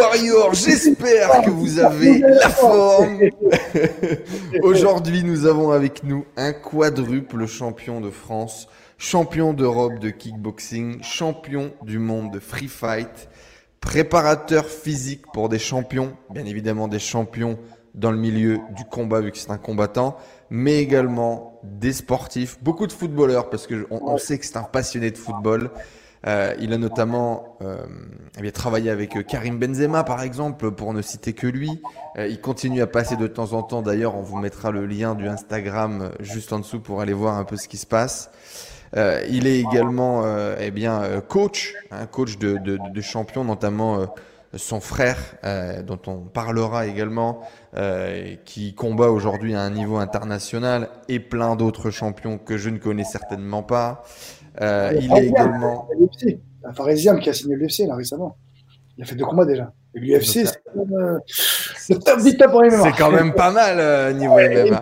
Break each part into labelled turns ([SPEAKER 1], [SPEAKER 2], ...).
[SPEAKER 1] Warriors, j'espère que vous avez la forme. Aujourd'hui, nous avons avec nous un quadruple champion de France, champion d'Europe de kickboxing, champion du monde de free fight, préparateur physique pour des champions, bien évidemment des champions dans le milieu du combat vu que c'est un combattant, mais également des sportifs, beaucoup de footballeurs parce qu'on sait que c'est un passionné de football. Il a notamment travaillé avec Karim Benzema par exemple, pour ne citer que lui. Il continue à passer de temps en temps, d'ailleurs on vous mettra le lien du Instagram juste en dessous pour aller voir un peu ce qui se passe. Il est également coach, coach de champions, notamment son frère, dont on parlera également, qui combat aujourd'hui à un niveau international, et plein d'autres champions que je ne connais certainement pas. Il est également...
[SPEAKER 2] Un Pharisien qui a signé l'UFC là récemment. Il a fait 2 combats déjà. Et l'UFC, c'est quand même le top du top en MMA.
[SPEAKER 1] C'est quand même pas mal niveau MMA.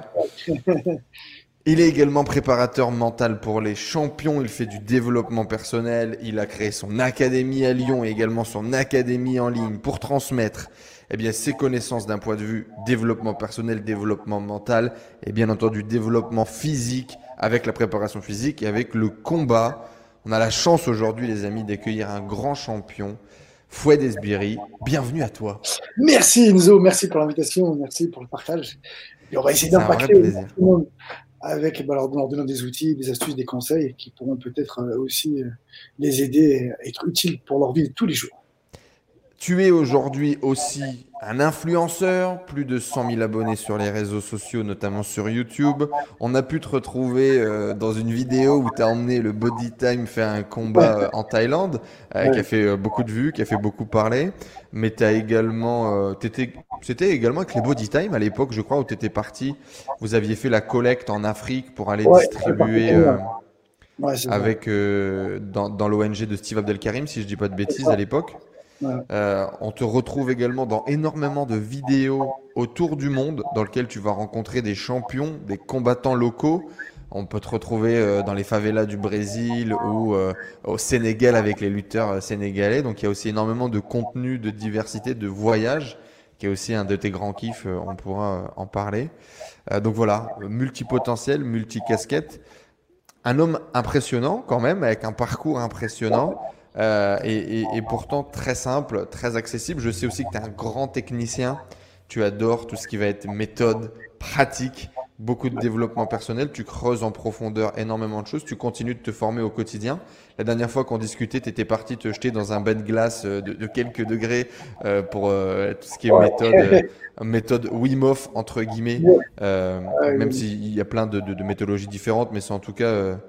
[SPEAKER 1] Il est également préparateur mental pour les champions. Il fait du développement personnel. Il a créé son académie à Lyon et également son académie en ligne pour transmettre ses connaissances d'un point de vue développement personnel, développement mental et bien entendu développement physique avec la préparation physique et avec le combat. On a la chance aujourd'hui, les amis, d'accueillir un grand champion, Fouad Esbiri. Bienvenue à toi.
[SPEAKER 2] Merci Enzo, merci pour l'invitation, merci pour le partage. Et on va essayer d'impacter tout le monde avec leur donnant des outils, des astuces, des conseils qui pourront peut-être aussi les aider à être utiles pour leur vie de tous les jours.
[SPEAKER 1] Tu es aujourd'hui aussi un influenceur, plus de 100 000 abonnés sur les réseaux sociaux, notamment sur YouTube. On a pu te retrouver dans une vidéo où tu as emmené le Body Time faire un combat en Thaïlande, qui a fait beaucoup de vues, qui a fait beaucoup parler. Mais tu as également, c'était également avec les Body Time à l'époque, je crois, où tu étais parti. Vous aviez fait la collecte en Afrique pour aller distribuer avec dans l'ONG de Steve Abdelkarim, si je dis pas de bêtises, à l'époque. On te retrouve également dans énormément de vidéos autour du monde dans lesquelles tu vas rencontrer des champions, des combattants locaux. On peut te retrouver dans les favelas du Brésil ou au Sénégal avec les lutteurs sénégalais. Donc il y a aussi énormément de contenu, de diversité, de voyage, qui est aussi un de tes grands kiffs, on pourra en parler. Donc voilà, multipotentiel, multicasquette. Un homme impressionnant quand même, avec un parcours impressionnant. Et pourtant très simple, très accessible. Je sais aussi que tu es un grand technicien. Tu adores tout ce qui va être méthode, pratique, beaucoup de développement personnel. Tu creuses en profondeur énormément de choses. Tu continues de te former au quotidien. La dernière fois qu'on discutait, tu étais parti te jeter dans un bain de glace de quelques degrés pour tout ce qui est méthode Wim Hof, entre guillemets. Même s'il y a plein de méthodologies différentes, mais c'est en tout cas...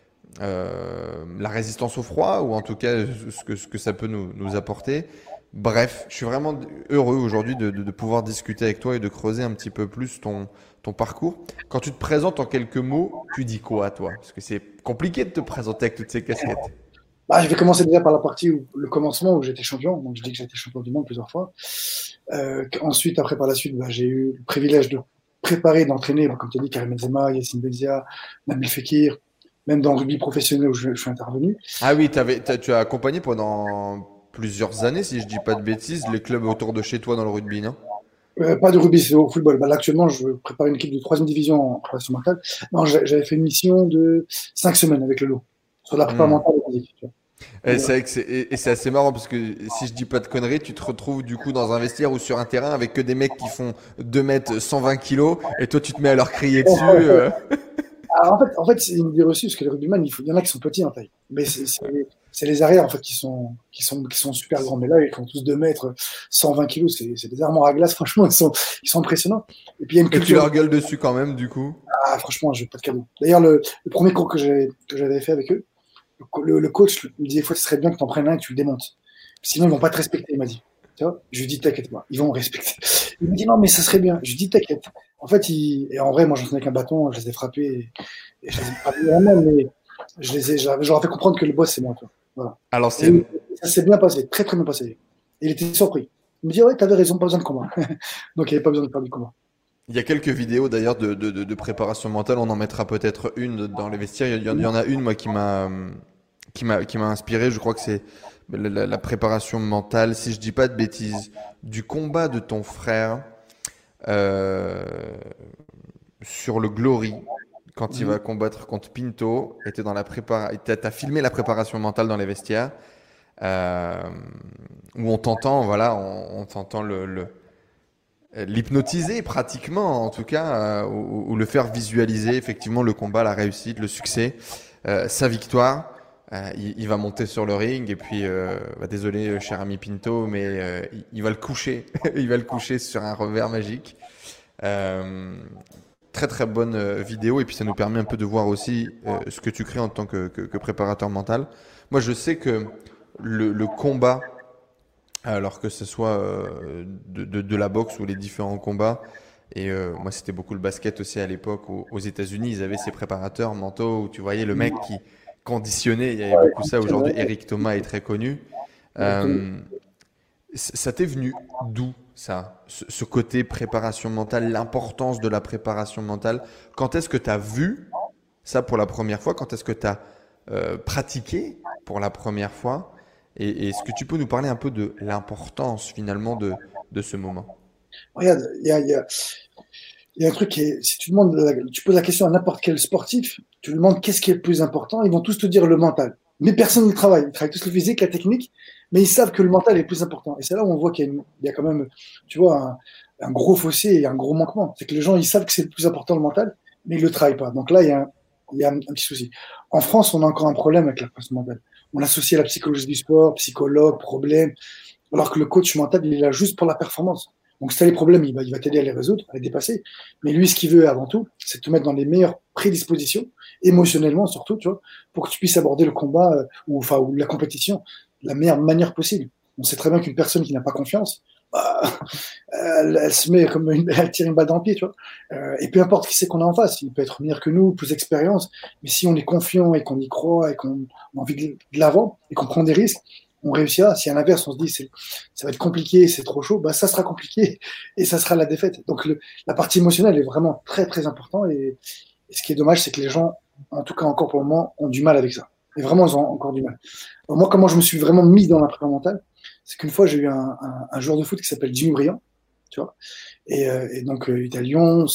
[SPEAKER 1] la résistance au froid ou en tout cas ce que ça peut nous apporter. Bref, je suis vraiment heureux aujourd'hui de pouvoir discuter avec toi et de creuser un petit peu plus ton parcours. Quand tu te présentes en quelques mots, tu dis quoi toi? Parce que c'est compliqué de te présenter avec toutes ces casquettes.
[SPEAKER 2] Je vais commencer déjà par la partie le commencement où j'étais champion. Donc je dis que j'ai été champion du monde plusieurs fois. Ensuite, après par la suite, j'ai eu le privilège de préparer, d'entraîner, comme tu as dit, Karim Benzema, Yassine Benzia, Nabil Fekir, même dans le rugby professionnel où je suis intervenu.
[SPEAKER 1] Ah oui, tu as accompagné pendant plusieurs années, si je dis pas de bêtises, les clubs autour de chez toi dans le rugby, non?
[SPEAKER 2] Pas de rugby, c'est au football. Là, actuellement, je prépare une équipe de 3e division en préparation mentale. Non, j'avais fait une mission de 5 semaines avec le lot sur la préparation mentale et physique.
[SPEAKER 1] C'est vrai que c'est assez marrant parce que si je dis pas de conneries, tu te retrouves du coup dans un vestiaire ou sur un terrain avec que des mecs qui font 2 mètres 120 kilos et toi tu te mets à leur crier dessus.
[SPEAKER 2] Alors, en fait, c'est une idée reçue parce que les rugbyman, il y en a qui sont petits en taille. Mais c'est les arrières en fait qui sont super grands. Mais là, ils font tous 2 mètres, 120 kilos. C'est des armoires à glace, franchement, ils sont impressionnants. Et puis il y a une culture.
[SPEAKER 1] Tu leur gueules dessus quand même, du coup.
[SPEAKER 2] Ah, franchement, je n'ai pas de cadeau. D'ailleurs, le premier cours que j'avais fait avec eux, le coach me disait, ce serait bien que tu en prennes un et que tu le démontes. Sinon, ils vont pas te respecter, il m'a dit. Tu vois, je lui dis, t'inquiète pas, ils vont me respecter. Il me dit, non, mais ça serait bien. Je lui dis, t'inquiète. En fait, et en vrai, moi, j'en tenais avec un bâton, je les ai frappés, et je les ai frappés vraiment, mais je leur ai fait comprendre que le boss, c'est moi, toi. Voilà.
[SPEAKER 1] Alors,
[SPEAKER 2] ça s'est bien passé, très, très bien passé. Et il était surpris. Il me dit, ouais, t'avais raison, pas besoin de combat. Donc, il n'y avait pas besoin de faire du combat.
[SPEAKER 1] Il y a quelques vidéos d'ailleurs de préparation mentale, on en mettra peut-être une dans les vestiaires. Il y en a une, moi, qui qui m'a inspiré. Je crois que c'est la préparation mentale, si je dis pas de bêtises, du combat de ton frère euh, sur le Glory quand il
[SPEAKER 2] Mhm.
[SPEAKER 1] va combattre contre Pinto. Et t'as filmé la préparation mentale dans les vestiaires euh, où on t'entend, voilà, on t'entend l'hypnotiser pratiquement, en tout cas, ou le faire visualiser effectivement le combat, la réussite, le succès, sa victoire. Il va monter sur le ring et puis, désolé, cher ami Pinto, mais il va le coucher. Il va le coucher sur un revers magique. Euh, Très très bonne vidéo et puis ça nous permet un peu de voir aussi ce que tu crées en tant que préparateur mental. Moi, je sais que le combat alors que ce soit de la boxe ou les différents combats. Et moi, c'était beaucoup le basket aussi à l'époque. Aux États-Unis, ils avaient ces préparateurs mentaux où tu voyais le mec qui conditionnait. Il y avait
[SPEAKER 2] Ouais,
[SPEAKER 1] beaucoup ça.
[SPEAKER 2] c'est
[SPEAKER 1] Aujourd'hui,
[SPEAKER 2] vrai,
[SPEAKER 1] Eric Thomas est très connu.
[SPEAKER 2] exactement.
[SPEAKER 1] Euh, Ça t'est venu d'où ça, ce côté préparation mentale, l'importance de la préparation mentale? Quand est-ce que tu as vu ça pour la première fois? Quand est-ce que tu as pratiqué pour la première fois? Et est-ce que tu peux nous parler un peu de l'importance finalement de ce moment?
[SPEAKER 2] Regarde, il y a un truc qui est, si tu demandes, tu poses la question à n'importe quel sportif, tu lui demandes qu'est-ce qui est le plus important, ils vont tous te dire le mental. Mais personne ne travaille. Ils travaillent tous le physique, la technique, mais ils savent que le mental est le plus important. Et c'est là où on voit qu'il y a quand même, tu vois, un gros fossé et un gros manquement. C'est que les gens, ils savent que c'est le plus important le mental, mais ils le travaillent pas. Donc là, il y a un petit souci. En France, on a encore un problème avec la préparation mentale. On associe à la psychologie du sport, psychologue, problème, alors que le coach mental, il est là juste pour la performance. Donc, si tu as les problèmes, il va t'aider à les résoudre, à les dépasser. Mais lui, ce qu'il veut avant tout, c'est te mettre dans les meilleures prédispositions, émotionnellement surtout, tu vois, pour que tu puisses aborder le combat ou la compétition de la meilleure manière possible. On sait très bien qu'une personne qui n'a pas confiance, bah, elle se met comme elle tire une balle dans le pied, tu vois. Et peu importe qui c'est qu'on a en face, il peut être meilleur que nous, plus d'expérience, mais si on est confiant et qu'on y croit et qu'on a envie de l'avant et qu'on prend des risques, on réussira. Si à l'inverse, on se dit ça va être compliqué, c'est trop chaud, bah ça sera compliqué et ça sera la défaite. Donc la partie émotionnelle est vraiment très très importante et ce qui est dommage, c'est que les gens, en tout cas encore pour le moment, ont du mal avec ça. Et vraiment, ils ont encore du mal. Alors moi, comment je me suis vraiment mis dans la prépa mentale, c'est qu'une fois, j'ai eu un joueur de foot qui s'appelle Jimmy Briand, tu vois, et donc il était à Lyon,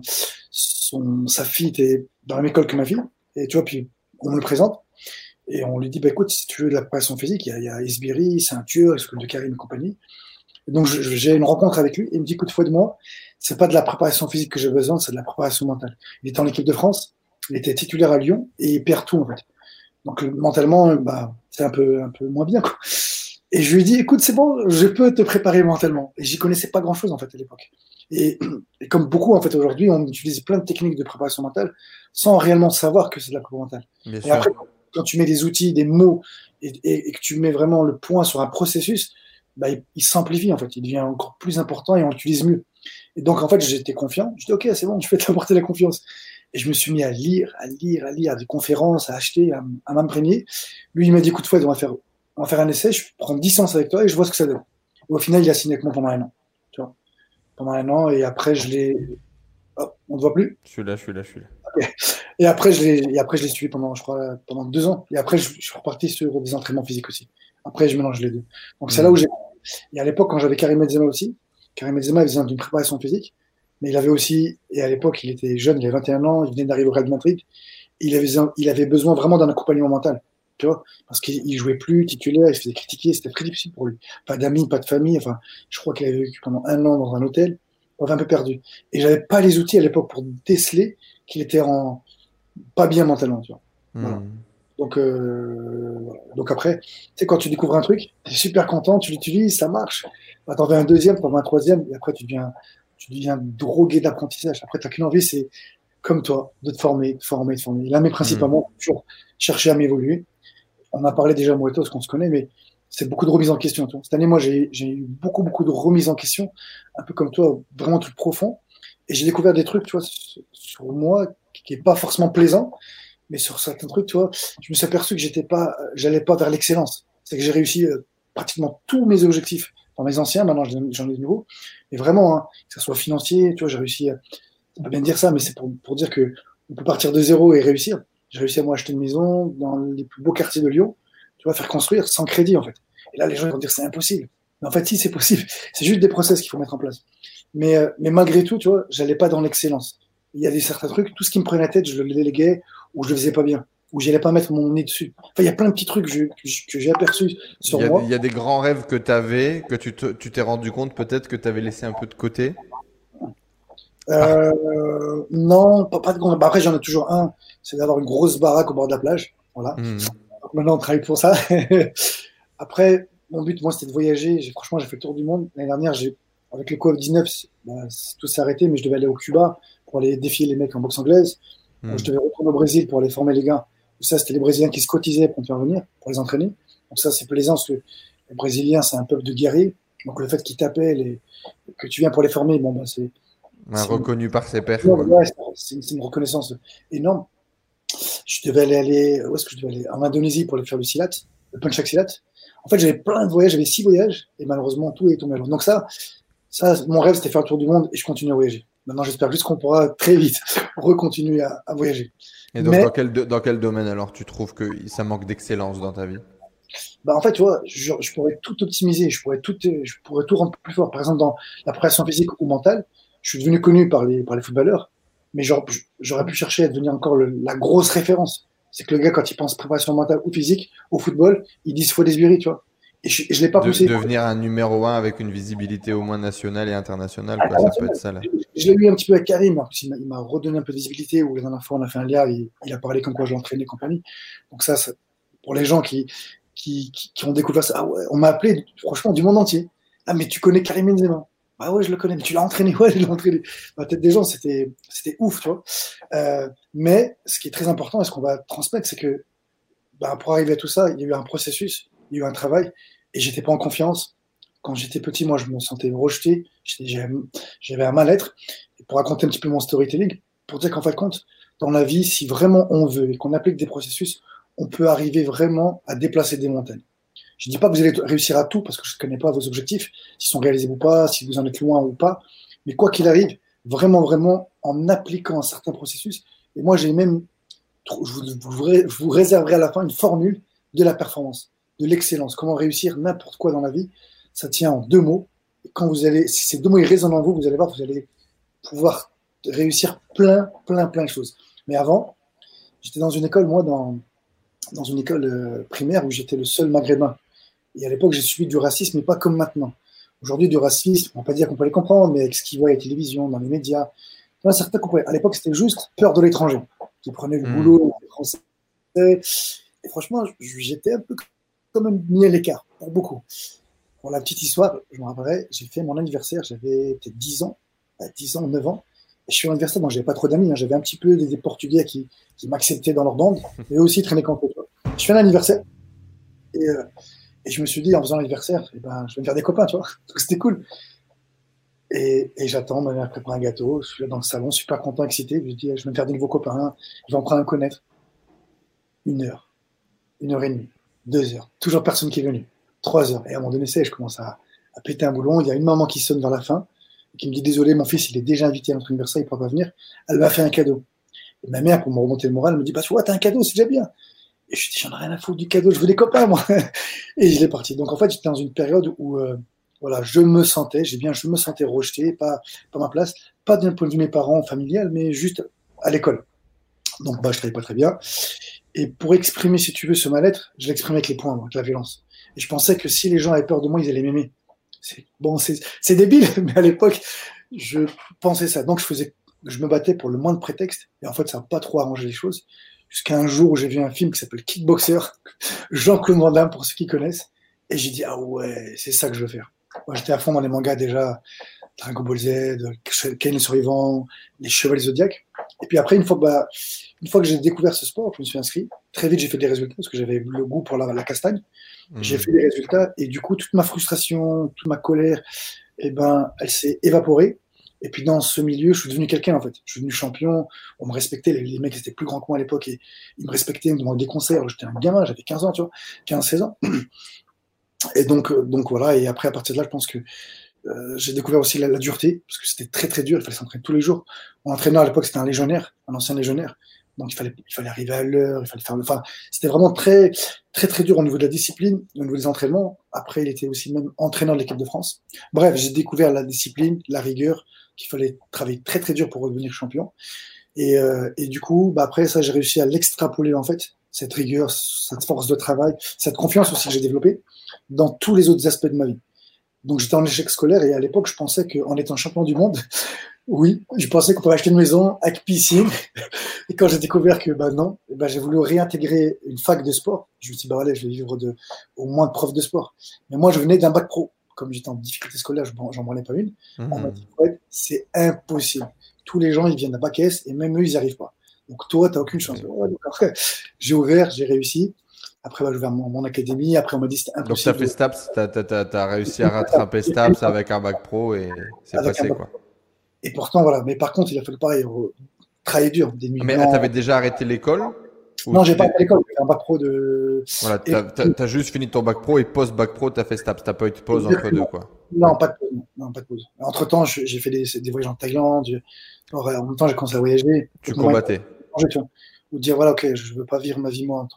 [SPEAKER 2] sa fille était dans la même école que ma fille, et tu vois, puis on me le présente. Et on lui dit, bah, écoute, si tu veux de la préparation physique, il y a Isbiri, c'est un tueur, il s'occupe de Karim et compagnie. Et donc, j'ai une rencontre avec lui, et il me dit, écoute, fouet de moi, c'est pas de la préparation physique que j'ai besoin, c'est de la préparation mentale. Il était en équipe de France, il était titulaire à Lyon, et il perd tout, en fait. Donc, mentalement, bah, c'est un peu moins bien, quoi. Et je lui dis, écoute, c'est bon, je peux te préparer mentalement. Et j'y connaissais pas grand-chose, en fait, à l'époque. Et, et comme beaucoup, en fait, aujourd'hui, on utilise plein de techniques de préparation mentale sans réellement savoir que c'est de la préparation mentale.
[SPEAKER 1] Bien
[SPEAKER 2] Et
[SPEAKER 1] sûr.
[SPEAKER 2] après, quand tu mets des outils, des mots, et que tu mets vraiment le point sur un processus, bah, il s'amplifie, en fait. Il devient encore plus important et on l'utilise mieux. Et donc, en fait, j'étais confiant. Je dis, OK, c'est bon, je vais t'apporter la confiance. Et je me suis mis à lire, à des conférences, à acheter, à m'imprégner. Lui, il m'a dit, écoute, Fouad, on va faire un essai, je prends 10 séances avec toi et je vois ce que ça donne. Et au final, il a signé avec moi pendant un an. Tu vois, pendant un an, et après, je l'ai. Hop, on ne te voit plus.
[SPEAKER 1] Je suis là, je suis là, je suis là.
[SPEAKER 2] Et après, je l'ai suivi pendant, je crois, pendant 2 ans. Et après, je suis reparti sur des entraînements physiques aussi. Après, je mélange les deux. Donc, c'est là où
[SPEAKER 1] Hmm.
[SPEAKER 2] j'ai. Et à l'époque, quand j'avais Karim Benzema aussi, Karim Benzema, il faisait une préparation physique, mais il avait aussi, et à l'époque, il était jeune, il avait 21 ans, il venait d'arriver au Real Madrid, il avait besoin vraiment d'un accompagnement mental, tu vois, parce qu'il jouait plus titulaire, il se faisait critiquer, c'était très difficile pour lui. Pas d'amis, pas de famille, enfin, je crois qu'il avait vécu pendant un an dans un hôtel, on avait un peu perdu. Et j'avais pas les outils à l'époque pour déceler qu'il était pas bien mentalement, tu vois. Voilà.
[SPEAKER 1] Hmm.
[SPEAKER 2] Donc après, tu sais, quand tu découvres un truc, tu es super content, tu l'utilises, ça marche. Bah, t'en veux un deuxième, t'en veux un troisième, et après tu deviens drogué d'apprentissage. Après, t'as qu'une envie, c'est comme toi, de te former, de former, de former. Et là, mais
[SPEAKER 1] Hmm.
[SPEAKER 2] principalement, toujours chercher à m'évoluer. On a parlé déjà, moi et toi, ce qu'on se connaît, mais c'est beaucoup de remise en question. Tu vois. Cette année, moi, j'ai eu beaucoup, beaucoup de remises en question, un peu comme toi, vraiment tout profond. Et j'ai découvert des trucs, tu vois, sur moi, qui est pas forcément plaisant, mais sur certains trucs, tu vois, je me suis aperçu que j'allais pas vers l'excellence. C'est que j'ai réussi pratiquement tous mes objectifs dans mes anciens, maintenant j'en ai de nouveaux. Et vraiment, hein, que ce soit financier, tu vois, j'ai réussi, on peut bien dire ça, mais c'est pour dire que on peut partir de zéro et réussir. J'ai réussi à m'acheter une maison dans les plus beaux quartiers de Lyon, tu vois, faire construire sans crédit, en fait. Et là, les gens vont dire c'est impossible. Mais en fait, si, c'est possible. C'est juste des process qu'il faut mettre en place. Mais malgré tout, tu vois, j'allais pas dans l'excellence. Il y a certains trucs, tout ce qui me prenait la tête, je le déléguais ou je le faisais pas bien, ou j'allais pas mettre mon nez dessus. Enfin, il y a plein de petits trucs que j'ai aperçus
[SPEAKER 1] Il
[SPEAKER 2] sur
[SPEAKER 1] y a,
[SPEAKER 2] moi.
[SPEAKER 1] il y a des grands rêves que tu avais, que tu t'es rendu compte peut-être que tu avais laissé un peu de côté.
[SPEAKER 2] Non, pas de grand. Bah, après, j'en ai toujours un, c'est d'avoir une grosse baraque au bord de la plage. Voilà.
[SPEAKER 1] Hmm.
[SPEAKER 2] Donc maintenant, on travaille pour ça. Après, mon but, moi, c'était de voyager. Franchement, j'ai fait le tour du monde. L'année dernière, avec le Covid-19, bah, tout s'est arrêté, mais je devais aller au Cuba pour aller défier les mecs en boxe anglaise. Je
[SPEAKER 1] Hmm.
[SPEAKER 2] devais retourner au Brésil pour aller former les gars. Et ça, c'était les Brésiliens qui se cotisaient pour me faire venir, pour les entraîner. Donc ça, c'est plaisant parce que les Brésiliens, c'est un peuple de guerriers. Donc le fait qu'ils t'appellent et que tu viens pour les former, bon, bah,
[SPEAKER 1] Ouais,
[SPEAKER 2] c'est une,
[SPEAKER 1] reconnu par ses pairs, quoi.
[SPEAKER 2] ouais, c'est une reconnaissance énorme. Je devais aller, où est-ce que je devais aller? En Indonésie pour aller faire le silat, le punchak silat. En fait, j'avais plein de voyages, j'avais 6 voyages, et malheureusement, tout est tombé à l'eau. Donc ça, mon rêve, c'était faire le tour du monde, et je continue à voyager. Maintenant, j'espère juste qu'on pourra très vite recontinuer à voyager.
[SPEAKER 1] Et donc,
[SPEAKER 2] Mais,
[SPEAKER 1] dans quel domaine alors tu trouves que ça manque d'excellence dans ta vie?
[SPEAKER 2] bah, en fait, tu vois, je pourrais tout optimiser, je pourrais tout rendre plus fort. Par exemple, dans la préparation physique ou mentale, je suis devenu connu par les footballeurs, mais j'aurais pu chercher à devenir encore la grosse référence. C'est que le gars, quand il pense préparation mentale ou physique, au football, il dit faut des Sbiri, tu vois. Et je l'ai pas poussé.
[SPEAKER 1] Devenir un numéro un avec une visibilité au moins nationale et internationale, quoi. Ça peut être
[SPEAKER 2] International.
[SPEAKER 1] ça, là.
[SPEAKER 2] Je l'ai eu un petit peu avec Karim, en plus, il m'a redonné un peu de visibilité, où la dernière fois on a fait un live, il a parlé comme quoi je l'entraînais et compagnie. Donc ça, pour les gens qui ont découvert ça, ah ouais, on m'a appelé franchement du monde entier. Ah mais tu connais Karim Benzema? Ah ouais, je le connais, mais tu l'as entraîné? Ouais, je l'ai entraîné. Dans la tête des gens, c'était ouf, tu vois. Mais ce qui est très important et ce qu'on va transmettre, c'est que bah, pour arriver à tout ça, il y a eu un processus, il y a eu un travail, et j'étais pas en confiance. Quand j'étais petit, moi, je me sentais rejeté, j'avais un mal-être. Et pour raconter un petit peu mon storytelling, pour dire qu'en fin de compte, dans la vie, si vraiment on veut et qu'on applique des processus, on peut arriver vraiment à déplacer des montagnes. Je dis pas que vous allez réussir à tout parce que je ne connais pas vos objectifs, s'ils sont réalisés ou pas, si vous en êtes loin ou pas. Mais quoi qu'il arrive, vraiment, vraiment, en appliquant un certain processus, et moi, j'ai même je vous réserverai à la fin une formule de la performance, de l'excellence. Comment réussir n'importe quoi dans la vie, ça tient en 2 mots. Et quand si ces 2 mots ils résonnent en vous, vous allez voir, vous allez pouvoir réussir plein de choses. Mais avant, j'étais dans une école, moi, dans une école primaire où j'étais le seul maghrébin. Et à l'époque, j'ai subi du racisme, mais pas comme maintenant. Aujourd'hui, du racisme, on ne va pas dire qu'on peut les comprendre, mais avec ce qu'ils voient à la télévision, dans les médias, il y en a certains qu'on à l'époque, c'était juste peur de l'étranger, qui prenait le
[SPEAKER 1] Hmm.
[SPEAKER 2] boulot des Français. Et franchement, j'étais un peu quand même mis à l'écart, pour beaucoup. Pour la petite histoire, je me rappellerai, j'ai fait mon anniversaire, j'avais peut-être 10 ans, 10 ans, 9 ans. Et je suis à l'anniversaire, moi, j'avais pas trop d'amis, hein, j'avais un petit peu des Portugais qui m'acceptaient dans leur bande, mais eux aussi traînaient contre toi. Je fais l'anniversaire, et, euh, et je me suis dit, en faisant l'anniversaire, eh ben, je vais me faire des copains, tu vois. Donc c'était cool. Et j'attends, ma mère prépare un gâteau, je suis là dans le salon, super content, excité. Je dis, je vais me faire des nouveaux copains, je vais en prendre un connaître. 1 heure, 1 heure et demie, 2 heures, toujours personne qui est venu. 3 heures. Et à un moment donné, je commence à péter un boulon. Il y a une maman qui sonne vers la fin, qui me dit, désolé, mon fils, il est déjà invité à notre anniversaire, il ne pourra pas venir. Elle m'a fait un cadeau. Et ma mère, pour me remonter le moral, me dit, bah, tu vois, t'as un cadeau, c'est déjà bien. Et je dis, j'en ai rien à foutre du cadeau, je veux des copains, moi. Et je l'ai parti. Donc, en fait, j'étais dans une période où, voilà, je me sentais rejeté, pas ma place, pas d'un point de vue de mes parents, familial, mais juste à l'école. Donc, bah, je travaillais pas très bien. Et pour exprimer, si tu veux, ce mal-être, je l'exprimais avec les poings, moi, avec la violence. Et je pensais que si les gens avaient peur de moi, ils allaient m'aimer. Bon, c'est débile, mais à l'époque, je pensais ça. Donc, je me battais pour le moins de prétextes. Et en fait, ça n'a pas trop arrangé les choses. Jusqu'à un jour où j'ai vu un film qui s'appelle Kickboxer, Jean-Claude Van Damme, pour ceux qui connaissent. Et j'ai dit, ah ouais, c'est ça que je veux faire. Moi, j'étais à fond dans les mangas déjà, Dragon Ball Z, Ken le Survivant, les Chevaliers Zodiac. Et puis après, une fois que j'ai découvert ce sport, je me suis inscrit. Très vite, j'ai fait des résultats parce que j'avais le goût pour la castagne. J'ai
[SPEAKER 1] Hmm.
[SPEAKER 2] fait des résultats et du coup, toute ma frustration, toute ma colère, eh ben, elle s'est évaporée. Et puis dans ce milieu, je suis devenu quelqu'un en fait. Je suis devenu champion. On me respectait. Les mecs étaient plus grands que moi à l'époque et ils me respectaient, ils me demandaient des conseils. Alors, j'étais un gamin, j'avais 15 ans, tu vois, 15-16 ans. Et donc voilà. Et après, à partir de là, je pense que j'ai découvert aussi la dureté parce que c'était très très dur. Il fallait s'entraîner tous les jours. Mon entraîneur à l'époque, c'était un légionnaire, un ancien légionnaire. Donc, il fallait arriver à l'heure, il fallait faire enfin, c'était vraiment très, très, très dur au niveau de la discipline, au niveau des entraînements. Après, il était aussi même entraîneur de l'équipe de France. Bref, j'ai découvert la discipline, la rigueur, qu'il fallait travailler très, très dur pour devenir champion. Et du coup, bah après ça, j'ai réussi à l'extrapoler en fait, cette rigueur, cette force de travail, cette confiance aussi que j'ai développée dans tous les autres aspects de ma vie. Donc j'étais en échec scolaire et à l'époque, je pensais qu'en étant champion du monde, oui, je pensais qu'on pouvait acheter une maison avec piscine. Et quand j'ai découvert que bah non, bah, j'ai voulu réintégrer une fac de sport. Je me suis dit, bah allez, je vais vivre au moins de prof de sport. Mais moi, je venais d'un bac pro. Comme j'étais en difficulté scolaire, j'en branlais pas une. On m'a dit, ouais, c'est impossible. Tous les gens, ils viennent d'un bac S et même eux, ils n'y arrivent pas. Donc toi, tu n'as aucune chance. Ouais, donc après, j'ai ouvert, j'ai réussi. Après, bah, j'ai ouvert mon académie. Après, on m'a dit que c'était
[SPEAKER 1] Donc, tu as
[SPEAKER 2] impossible.
[SPEAKER 1] fait STAPS, tu as réussi à rattraper STAPS avec un bac pro et c'est
[SPEAKER 2] Avec un
[SPEAKER 1] passé,
[SPEAKER 2] bac.
[SPEAKER 1] quoi.
[SPEAKER 2] Et pourtant, voilà. Mais par contre, il a fallu pareil, travailler dur, des nuits
[SPEAKER 1] Mais tu
[SPEAKER 2] blanches.
[SPEAKER 1] avais déjà arrêté l'école ou
[SPEAKER 2] Non, j'ai pas fait l'école, j'ai fait un bac pro de.
[SPEAKER 1] Voilà,
[SPEAKER 2] Et
[SPEAKER 1] t'as juste fini ton bac pro et post-bac pro, tu as fait STAPS. Tu pas eu de pause entre deux, quoi.
[SPEAKER 2] non, pas de pause. Non, pas de pause. Entre-temps, j'ai fait des voyages en Thaïlande. En même temps, j'ai commencé à voyager.
[SPEAKER 1] Tu combattais.
[SPEAKER 2] Tu vois. Ou dire, voilà, ok, je veux pas vivre ma vie, moi,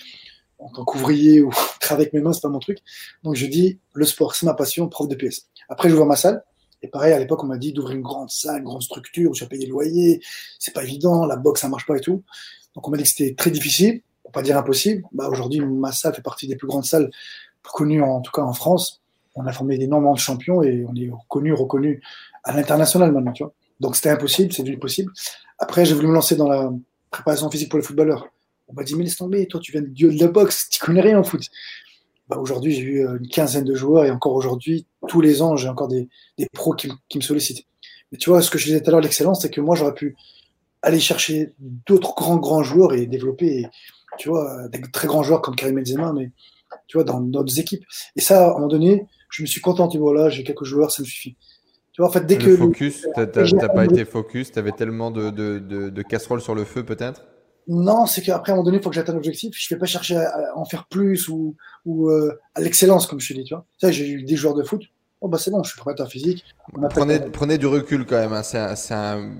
[SPEAKER 2] en tant qu'ouvrier ou travailler avec mes mains, c'est pas mon truc. Donc, je dis, le sport, c'est ma passion, prof de PS. Après, j'ouvre ma salle. Et pareil, à l'époque, on m'a dit d'ouvrir une grande salle, une grande structure, où tu vas payer le loyer. C'est pas évident, la boxe, ça marche pas et tout. Donc, on m'a dit que c'était très difficile, pour pas dire impossible. Bah, aujourd'hui, ma salle fait partie des plus grandes salles connues, en tout cas en France. On a formé d'énormément de champions et on est reconnu à l'international maintenant, tu vois. Donc, c'était impossible, c'est devenu possible. Après, j'ai voulu me lancer dans la préparation physique pour les footballeurs. On m'a dit, mais laisse tomber, toi, tu viens de la boxe, tu connais rien au foot. Bah, aujourd'hui, j'ai eu une quinzaine de joueurs et encore aujourd'hui, tous les ans, j'ai encore des pros qui me sollicitent. Mais tu vois, ce que je disais tout à l'heure, l'excellence, c'est que moi, j'aurais pu aller chercher d'autres grands joueurs et développer, tu vois, des très grands joueurs comme Karim Benzema, mais tu vois, dans d'autres équipes. Et ça, à un moment donné, je me suis contenté, voilà, j'ai quelques joueurs, ça me suffit. Tu vois, en fait, dès
[SPEAKER 1] Le
[SPEAKER 2] que
[SPEAKER 1] focus, t'as pas été focus, tu avais tellement de casseroles sur le feu, peut-être?
[SPEAKER 2] non, c'est qu'après, à un moment donné, il faut que j'atteigne l'objectif. Je ne vais pas chercher à en faire plus ou à l'excellence, comme je te dis, tu vois. Ça, j'ai eu des joueurs de foot. Oh, bah, c'est bon, je suis préparateur physique.
[SPEAKER 1] Prenez du recul quand même, hein. C'est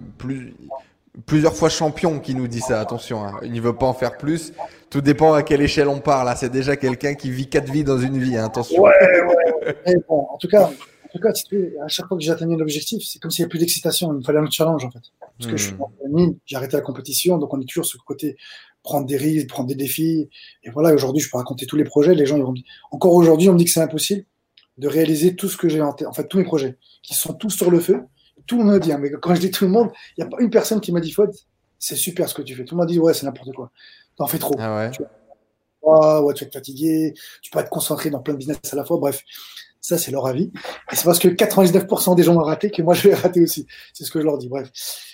[SPEAKER 1] plusieurs fois champion qui nous dit ça, attention, hein. Il ne veut pas en faire plus. Tout dépend à quelle échelle on parle, hein. C'est déjà quelqu'un qui vit 4 vies dans une vie, hein. Attention.
[SPEAKER 2] Ouais. Mais bon, en tout cas, si tu veux, à chaque fois que j'atteignais l'objectif, c'est comme s'il n'y avait plus d'excitation. Il me fallait un challenge, en fait. Parce que je suis dans la mine, j'ai arrêté la compétition, donc on est toujours sur le côté prendre des risques, prendre des défis. Et voilà, aujourd'hui, je peux raconter tous les projets. Les gens, ils vont me dire, encore aujourd'hui, on me dit que c'est impossible de réaliser tout ce que j'ai en tête, en fait, tous mes projets, qui sont tous sur le feu. Tout le monde me dit, hein, mais quand je dis tout le monde, il n'y a pas une personne qui m'a dit, Fod, c'est super ce que tu fais. Tout le monde m'a dit, ouais, c'est n'importe quoi. T'en fais trop.
[SPEAKER 1] Ah ouais.
[SPEAKER 2] Ouais, tu vas te fatiguer, tu peux pas te concentrer dans plein de business à la fois. Bref, ça, c'est leur avis. Et c'est parce que 99% des gens ont raté que moi, je vais rater aussi. C'est ce que je leur dis. Bref.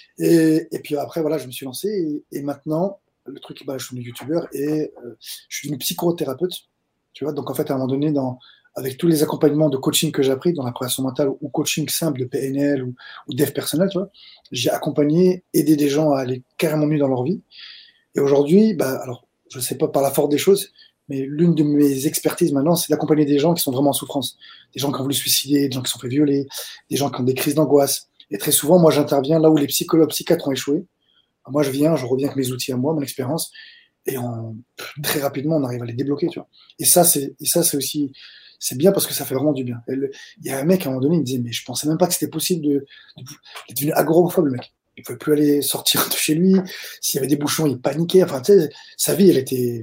[SPEAKER 2] Et puis après, voilà, je me suis lancé. Et maintenant, le truc, bah, je suis devenu youtubeur et je suis devenu psychothérapeute. Tu vois, donc en fait, à un moment donné, avec tous les accompagnements de coaching que j'ai appris dans la préparation mentale ou coaching simple de PNL ou dev personnel, tu vois, j'ai accompagné, aidé des gens à aller carrément mieux dans leur vie. Et aujourd'hui, bah, alors, je ne sais pas par la force des choses, mais l'une de mes expertises maintenant, c'est d'accompagner des gens qui sont vraiment en souffrance. Des gens qui ont voulu se suicider, des gens qui se sont fait violer, des gens qui ont des crises d'angoisse. Et très souvent, moi, j'interviens là où les psychologues, psychiatres ont échoué. Moi, je reviens avec mes outils à moi, mon expérience, et très rapidement, on arrive à les débloquer, tu vois. Et ça, c'est aussi, c'est bien parce que ça fait vraiment du bien. Il y a un mec, à un moment donné, il me disait, mais je pensais même pas que c'était possible il est devenu agoraphobe, le mec. Il pouvait plus aller sortir de chez lui. S'il y avait des bouchons, il paniquait. Enfin, tu sais, sa vie, elle était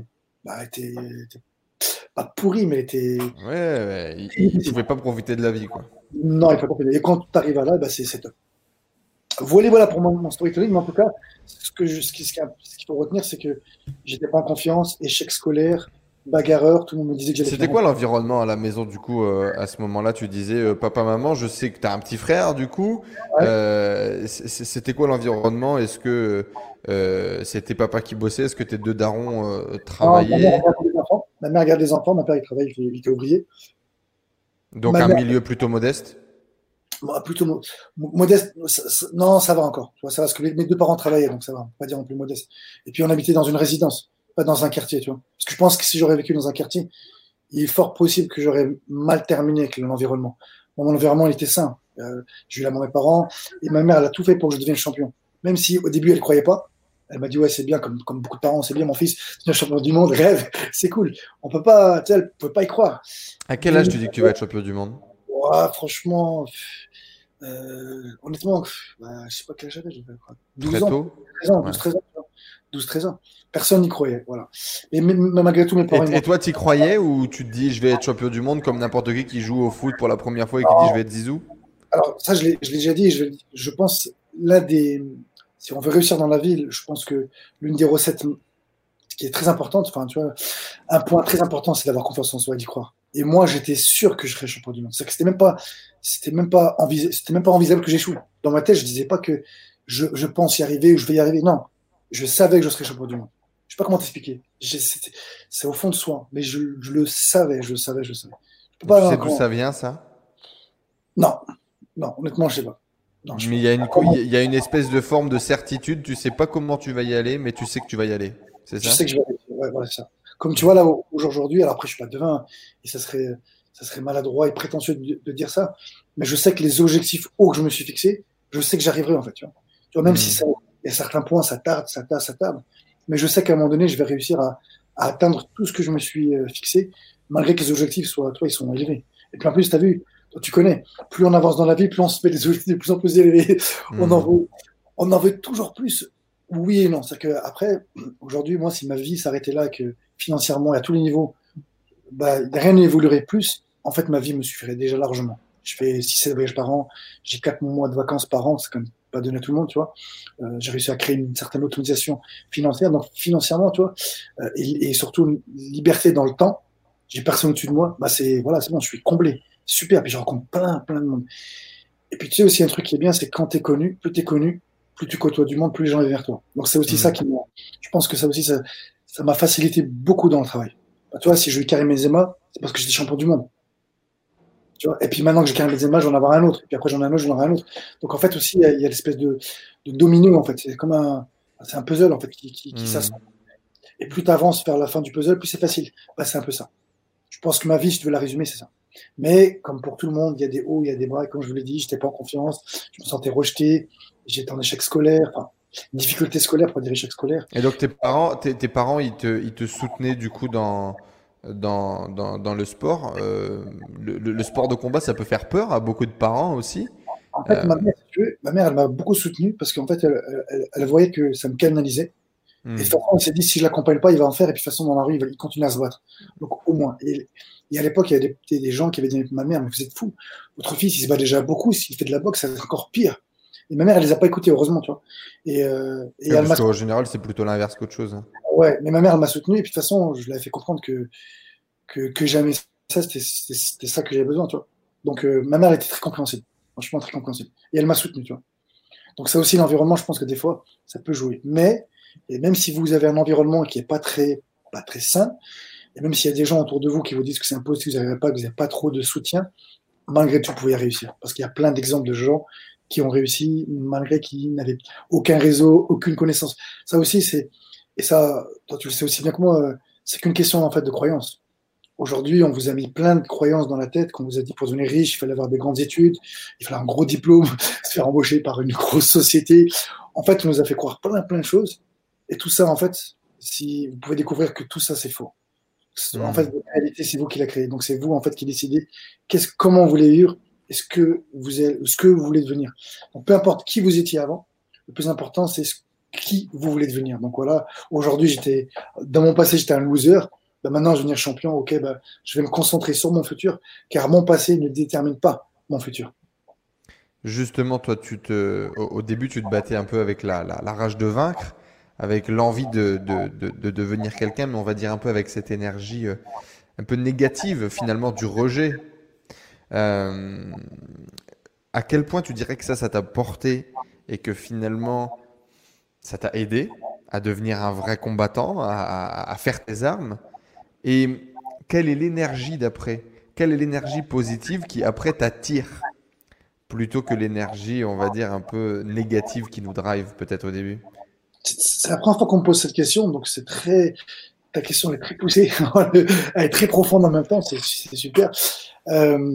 [SPEAKER 2] pas pourrie, mais elle était.
[SPEAKER 1] Ouais. Il pouvait pas profiter de la vie, quoi.
[SPEAKER 2] Non, il faut pas. Et quand tu arrives à là, bah, c'est top. Voilà pour mon storytelling, mais en tout cas, ce qu'il faut retenir, c'est que j'étais pas en confiance, échec scolaire, bagarreur, tout le monde me disait que j'allais
[SPEAKER 1] C'était quoi l'environnement à la maison, du coup, à ce moment-là? Tu disais, papa, maman, je sais que tu as un petit frère, du coup.
[SPEAKER 2] Ouais.
[SPEAKER 1] C'était quoi l'environnement? Est-ce que c'était papa qui bossait? Est-ce que tes deux darons travaillaient?
[SPEAKER 2] Ma mère garde des enfants, mon père il travaille, il était ouvrier.
[SPEAKER 1] Donc
[SPEAKER 2] Ma
[SPEAKER 1] un
[SPEAKER 2] mère,
[SPEAKER 1] milieu plutôt modeste?
[SPEAKER 2] plutôt modeste, non, ça va encore. Tu vois, ça va, parce que mes deux parents travaillaient, donc ça va, on peut pas dire non plus modeste. Et puis on habitait dans une résidence, pas dans un quartier, tu vois. Parce que je pense que si j'aurais vécu dans un quartier, il est fort possible que j'aurais mal terminé avec l'environnement. Mon environnement, il était sain. J'ai eu la main de mes parents, et ma mère, elle a tout fait pour que je devienne champion. Même si au début, elle ne croyait pas. Elle m'a dit, ouais, c'est bien, comme beaucoup de parents, c'est bien, mon fils, c'est un champion du monde, rêve, c'est cool. On peut pas, tu sais, elle peut pas y croire.
[SPEAKER 1] À quel âge
[SPEAKER 2] Mais,
[SPEAKER 1] tu dis que tu vas être champion du monde?
[SPEAKER 2] ouais, franchement, honnêtement, je sais pas quel âge j'avais, 12
[SPEAKER 1] Très
[SPEAKER 2] ans,
[SPEAKER 1] tôt?
[SPEAKER 2] 13 ans,
[SPEAKER 1] Ouais.
[SPEAKER 2] 12, 13 ans, tu vois. 12, 13 ans. Personne n'y croyait, voilà. Et malgré tout, mes parents, ils
[SPEAKER 1] Et
[SPEAKER 2] m'ont.
[SPEAKER 1] toi, t'y croyais ou tu te dis je vais être champion du monde comme n'importe qui joue au foot pour la première fois et qui dit je vais être Zizou?
[SPEAKER 2] Alors, ça, je l'ai déjà dit, je pense, si on veut réussir dans la vie, je pense que l'une des recettes qui est très importante, enfin, tu vois, un point très important, c'est d'avoir confiance en soi et d'y croire. Et moi, j'étais sûr que je serais champion du monde. C'est que c'était même pas envisageable que j'échoue. Dans ma tête, je disais pas que je pense y arriver ou je vais y arriver. Non, je savais que je serais champion du monde. Je sais pas comment t'expliquer. C'est au fond de soi, mais je le savais, je le savais, je le savais. Je peux
[SPEAKER 1] Et tu
[SPEAKER 2] pas,
[SPEAKER 1] sais d'où
[SPEAKER 2] comment.
[SPEAKER 1] ça vient ça?
[SPEAKER 2] Non, non, honnêtement, je sais pas. Non, je sais
[SPEAKER 1] Mais
[SPEAKER 2] pas.
[SPEAKER 1] il y a une espèce de forme de certitude, tu sais pas comment tu vas y aller, mais tu sais que tu vas y aller. C'est
[SPEAKER 2] Je
[SPEAKER 1] ça?
[SPEAKER 2] sais que je vais réussir. Ouais, voilà, c'est ça. Comme tu vois là aujourd'hui, alors après je suis pas devin et ça serait maladroit et prétentieux de dire ça, mais je sais que les objectifs hauts que je me suis fixés, je sais que j'arriverai en fait. Tu vois, même si
[SPEAKER 1] Hmm.
[SPEAKER 2] il y a certains points, ça tarde, ça tarde, ça tarde, mais je sais qu'à un moment donné, je vais réussir à atteindre tout ce que je me suis fixé, malgré que les objectifs soient, toi, ils sont élevés. Et puis en plus, tu as vu, toi, tu connais, plus on avance dans la vie, plus on se met des objectifs de plus en plus élevés. On en
[SPEAKER 1] Hmm.
[SPEAKER 2] veut, on en veut toujours plus. Oui et non. C'est-à-dire que après, aujourd'hui, moi, si ma vie s'arrêtait là, que financièrement et à tous les niveaux, bah, rien n'évoluerait plus, en fait, ma vie me suffirait déjà largement. Je fais 6-7 voyages par an, j'ai 4 mois de vacances par an, c'est quand même pas donné à tout le monde, tu vois. J'ai réussi à créer une certaine autonomisation financière, donc financièrement, tu vois, et surtout une liberté dans le temps. J'ai personne au-dessus de moi, bah voilà, c'est bon, je suis comblé. Super, puis je rencontre plein, plein de monde. Et puis tu sais aussi un truc qui est bien, c'est que quand t'es connu, plus tu côtoies du monde, plus les gens viennent vers toi. Donc c'est aussi ça
[SPEAKER 1] Hmm.
[SPEAKER 2] qui m'a. Je pense que ça aussi, ça m'a facilité beaucoup dans le travail. Bah, tu vois, si je eu Karim Benzema, c'est parce que j'étais champion du monde. Tu vois. Et puis maintenant que j'ai Karim Benzema, j'en vais en avoir un autre. Et puis après j'en ai un autre, j'en aurai un autre. Donc en fait aussi, il y a l'espèce de domino en fait. C'est un puzzle en fait qui
[SPEAKER 1] Hmm.
[SPEAKER 2] s'assemble. Et plus tu avances vers la fin du puzzle, plus c'est facile. Bah, c'est un peu ça. Je pense que ma vie, si tu veux la résumer, c'est ça. Mais comme pour tout le monde, il y a des hauts, il y a des bas. Et comme je vous l'ai dit, j'étais pas en confiance, je me sentais rejeté, j'étais en échec scolaire, enfin, difficulté scolaire pour dire échec scolaire.
[SPEAKER 1] Et donc tes parents, ils te soutenaient du coup dans le sport. Le sport de combat, ça peut faire peur à beaucoup de parents aussi.
[SPEAKER 2] En fait,
[SPEAKER 1] Euh,
[SPEAKER 2] ma mère, elle m'a beaucoup soutenu parce qu'en fait, elle voyait que ça me canalisait. Et de toute
[SPEAKER 1] hmm.
[SPEAKER 2] façon, elle s'est dit, si je l'accompagne pas, il va en faire. Et puis de toute façon, dans la rue, il continue à se battre. Donc au moins. Et à l'époque, il y avait des gens qui avaient dit, ma mère, mais vous êtes fou. Votre fils, il se bat déjà beaucoup. S'il fait de la boxe, ça va être encore pire. Et ma mère, elle les a pas écoutés, heureusement, tu vois. Et
[SPEAKER 1] Ouais,
[SPEAKER 2] elle
[SPEAKER 1] parce
[SPEAKER 2] m'a
[SPEAKER 1] qu'en général, c'est plutôt l'inverse qu'autre chose, hein.
[SPEAKER 2] Ouais, mais ma mère, elle m'a soutenu, et puis de toute façon, je l'avais fait comprendre que jamais ça, c'était ça que j'avais besoin, tu vois. Donc, ma mère était très compréhensible, franchement très compréhensible. Et elle m'a soutenu, tu vois. Donc, ça aussi, l'environnement, je pense que des fois, ça peut jouer. Mais, et même si vous avez un environnement qui est pas très sain, et même s'il y a des gens autour de vous qui vous disent que c'est impossible, que vous n'arrivez pas, que vous n'avez pas trop de soutien, malgré tout, vous pouvez réussir. Parce qu'il y a plein d'exemples de gens qui ont réussi malgré qu'ils n'avaient aucun réseau, aucune connaissance. Ça aussi, et ça, toi, tu le sais aussi bien que moi, c'est qu'une question en fait de croyance. Aujourd'hui, on vous a mis plein de croyances dans la tête, qu'on vous a dit pour devenir riche, il fallait avoir des grandes études, il fallait un gros diplôme, se faire embaucher par une grosse société. En fait, on nous a fait croire plein, plein de choses. Et tout ça, en fait, si vous pouvez découvrir que tout ça, c'est faux. En fait,
[SPEAKER 1] Hmm.
[SPEAKER 2] votre réalité, c'est vous qui la créez. Donc, c'est vous, en fait, qui décidez comment vous voulez vivre et ce que vous voulez devenir. Donc, peu importe qui vous étiez avant, le plus important, c'est qui vous voulez devenir. Donc, voilà, aujourd'hui, dans mon passé, j'étais un loser. Ben, maintenant, je vais devenir champion. Ok, ben, je vais me concentrer sur mon futur, car mon passé ne détermine pas mon futur.
[SPEAKER 1] Justement, toi, au début, tu te battais un peu avec la rage de vaincre, avec l'envie de devenir quelqu'un, mais on va dire un peu avec cette énergie un peu négative, finalement, du rejet. Euh, à quel point tu dirais que ça t'a porté et que finalement, ça t'a aidé à devenir un vrai combattant, à faire tes armes? Et quelle est l'énergie d'après? Quelle est l'énergie positive qui après t'attire plutôt que l'énergie, on va dire, un peu négative qui nous drive peut-être au début?
[SPEAKER 2] C'est la première fois qu'on me pose cette question, donc ta question est très poussée, elle est très profonde en même temps, c'est super. Euh,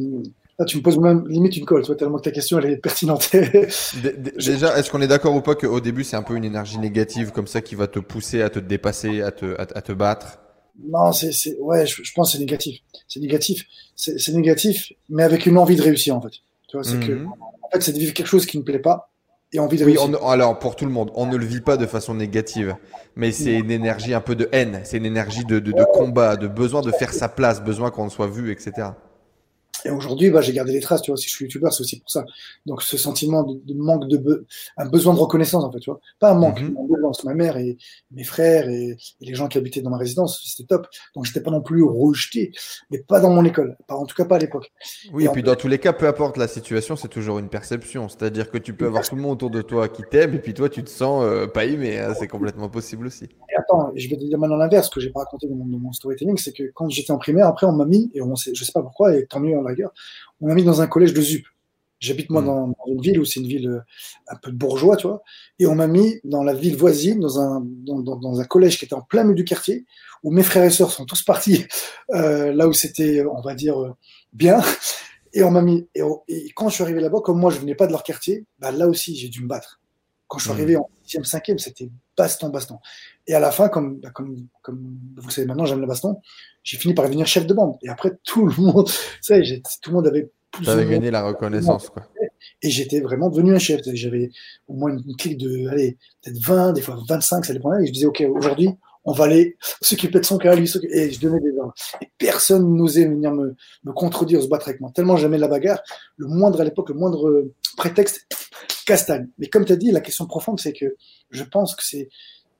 [SPEAKER 2] Là, tu me poses même limite une colle, toi, tellement que ta question, elle est pertinente. Je-
[SPEAKER 1] Déjà, est-ce qu'on est d'accord ou pas qu'au début, c'est un peu une énergie négative comme ça qui va te pousser à te dépasser, à te battre?
[SPEAKER 2] non, ouais, je pense que c'est négatif. C'est négatif. C'est négatif, mais avec une envie de réussir, en fait. Tu vois, c'est que,
[SPEAKER 1] Mhm.
[SPEAKER 2] en fait, c'est de vivre quelque chose qui ne plaît pas et envie de
[SPEAKER 1] Oui,
[SPEAKER 2] réussir.
[SPEAKER 1] alors pour tout le monde, on ne le vit pas de façon négative, mais c'est une énergie un peu de haine, c'est une énergie de combat, de besoin de faire sa place, besoin qu'on soit vu, etc.
[SPEAKER 2] Et aujourd'hui, bah, j'ai gardé les traces, tu vois, si je suis youtubeur, c'est aussi pour ça. Donc, ce sentiment de manque un besoin de reconnaissance, en fait, tu vois. Pas un manque, mais
[SPEAKER 1] Mhm.
[SPEAKER 2] un besoin. Parce que ma mère et mes frères et les gens qui habitaient dans ma résidence, c'était top. Donc, j'étais pas non plus rejeté, mais pas dans mon école. En tout cas, pas à l'époque.
[SPEAKER 1] Oui,
[SPEAKER 2] Et
[SPEAKER 1] et
[SPEAKER 2] en
[SPEAKER 1] puis
[SPEAKER 2] plus,
[SPEAKER 1] dans tous les cas, peu importe la situation, c'est toujours une perception. C'est-à-dire que tu peux avoir tout le monde autour de toi qui t'aime, et puis toi, tu te sens pas aimé, hein. C'est complètement possible aussi.
[SPEAKER 2] et attends, je vais te dire maintenant l'inverse, ce que j'ai pas raconté dans mon storytelling, c'est que quand j'étais en primaire, après, on m'a mis, et je sais pas pourquoi, et tant mieux en la guerre, on m'a mis dans un collège de ZUP. J'habite moi
[SPEAKER 1] Hmm.
[SPEAKER 2] dans une ville où c'est une ville un peu de bourgeois, tu vois, et on m'a mis dans la ville voisine, dans un collège qui était en plein milieu du quartier, où mes frères et sœurs sont tous partis là où c'était, on va dire, bien, et on m'a mis, et quand je suis arrivé là-bas, comme moi je venais pas de leur quartier, bah là aussi j'ai dû me battre. Quand je suis
[SPEAKER 1] Hmm.
[SPEAKER 2] arrivé en 6e, 5e, c'était baston, baston. Et à la fin, comme vous le savez maintenant, j'aime le baston, j'ai fini par devenir chef de bande. Et après, tout le monde, tout le monde avait plus ou
[SPEAKER 1] T'avais
[SPEAKER 2] moins.
[SPEAKER 1] gagné la reconnaissance, quoi.
[SPEAKER 2] Et j'étais vraiment devenu un chef. J'avais au moins une clique de, allez, peut-être 20, des fois 25, ça dépendait. Et je disais, OK, aujourd'hui, on va aller s'occuper de son cas, lui, et je donnais des ordres. Et personne n'osait venir me contredire, se battre avec moi. Tellement j'aimais la bagarre, le moindre à l'époque, le moindre prétexte, castagne. Mais comme tu as dit, la question profonde, c'est que je pense que c'est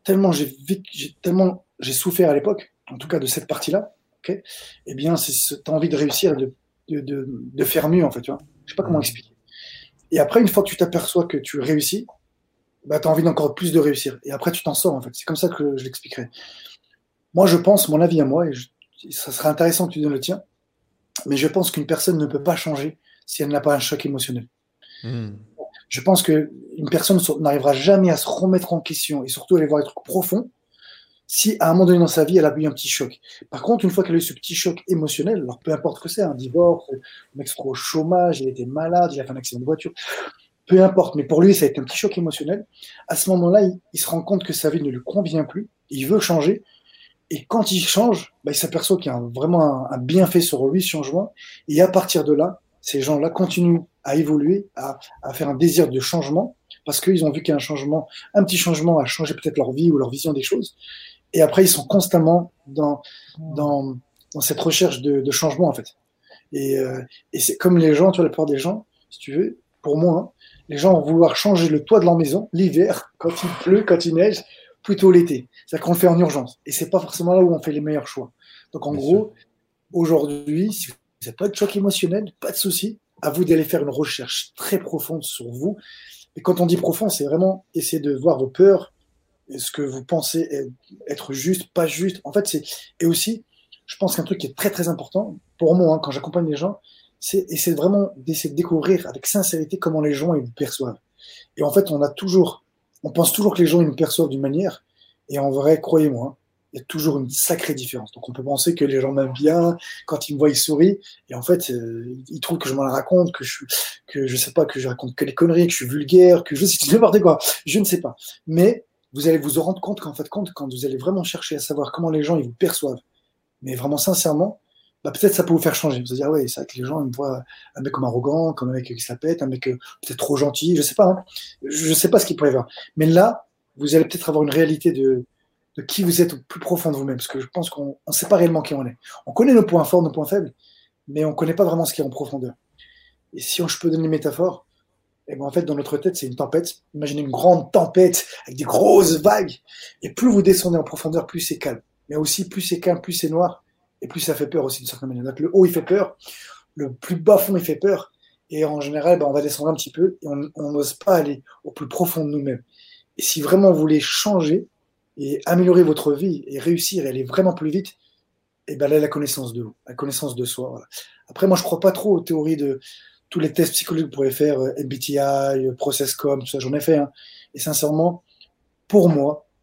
[SPEAKER 2] tellement j'ai souffert à l'époque, en tout cas de cette partie-là, ok, eh bien, c'est cette envie de réussir, de faire mieux, en fait, tu vois. Je sais pas comment
[SPEAKER 1] Hmm.
[SPEAKER 2] expliquer. Et après, une fois que tu t'aperçois que tu réussis, bah, tu as envie d'encore plus de réussir. Et après, tu t'en sors, en fait. C'est comme ça que je l'expliquerai. Moi, je pense, mon avis à moi, ça serait intéressant que tu donnes le tien, mais je pense qu'une personne ne peut pas changer si elle n'a pas un choc émotionnel.
[SPEAKER 1] Hmm.
[SPEAKER 2] Je pense qu'une personne n'arrivera jamais à se remettre en question et surtout à aller voir des trucs profonds si à un moment donné dans sa vie, elle a eu un petit choc. Par contre, une fois qu'elle a eu ce petit choc émotionnel, alors peu importe ce que c'est, un divorce, le mec se trouve au chômage, il était malade, il a fait un accident de voiture, peu importe, mais pour lui, ça a été un petit choc émotionnel. À ce moment-là, il se rend compte que sa vie ne lui convient plus, il veut changer, et quand il change, bah, il s'aperçoit qu'il y a vraiment un bienfait sur lui, ce changement, et à partir de là, ces gens-là continuent à évoluer, à faire un désir de changement, parce qu'ils ont vu qu'il y a un changement, un petit changement a changé peut-être leur vie ou leur vision des choses, et après, ils sont constamment dans, dans cette recherche de changement, en fait. Et c'est comme les gens, tu vois, la plupart des gens, si tu veux, pour moi, hein, les gens vont vouloir changer le toit de leur maison l'hiver, quand il pleut, quand il neige, plutôt l'été. C'est-à-dire qu'on le fait en urgence. Et c'est pas forcément là où on fait les meilleurs choix. Donc en
[SPEAKER 1] Bien sûr.
[SPEAKER 2] gros, aujourd'hui, si vous n'avez pas de choc émotionnel, pas de souci, à vous d'aller faire une recherche très profonde sur vous. Et quand on dit profond, c'est vraiment essayer de voir vos peurs, ce que vous pensez être juste, pas juste. En fait, et aussi, je pense qu'un truc qui est très très important pour moi, hein, quand j'accompagne les gens, c'est essayer vraiment d'essayer de découvrir avec sincérité comment les gens ils vous perçoivent. Et en fait, on pense toujours que les gens ils nous perçoivent d'une manière, et en vrai, croyez-moi, hein, il y a toujours une sacrée différence. Donc on peut penser que les gens m'aiment bien, quand ils me voient, ils sourient, et en fait, ils trouvent que je m'en raconte, que je sais pas, que je raconte que des conneries, que je suis vulgaire, que je sais n'importe quoi. Je ne sais pas. Mais vous allez vous en rendre compte qu'en fait, quand vous allez vraiment chercher à savoir comment les gens ils vous perçoivent, mais vraiment sincèrement, bah, peut-être ça peut vous faire changer. Vous allez dire, ouais, c'est vrai que les gens ils me voient un mec comme arrogant, comme un mec qui se la pète, un mec peut-être trop gentil, je sais pas, hein. Je sais pas ce qu'il pourrait y avoir. Mais là, vous allez peut-être avoir une réalité de qui vous êtes au plus profond de vous-même, parce que je pense qu'on ne sait pas réellement qui on est. On connaît nos points forts, nos points faibles, mais on ne connaît pas vraiment ce qui est en profondeur. Et si je peux donner une métaphore, et ben en fait, dans notre tête, c'est une tempête. Imaginez une grande tempête avec des grosses vagues. Et plus vous descendez en profondeur, plus c'est calme. Mais aussi, plus c'est calme, plus c'est noir. Et plus ça fait peur aussi, d'une certaine manière. Donc, le haut, il fait peur. Le plus bas fond, il fait peur. Et en général, ben, on va descendre un petit peu et on n'ose pas aller au plus profond de nous-mêmes. Et si vraiment vous voulez changer et améliorer votre vie et réussir et aller vraiment plus vite, et ben là, la connaissance de vous, la connaissance de soi. Voilà. Après, moi, je crois pas trop aux théories de tous les tests psychologiques que vous pourrez faire, MBTI, ProcessCom, tout ça, j'en ai fait. Hein. Et sincèrement, pour moi,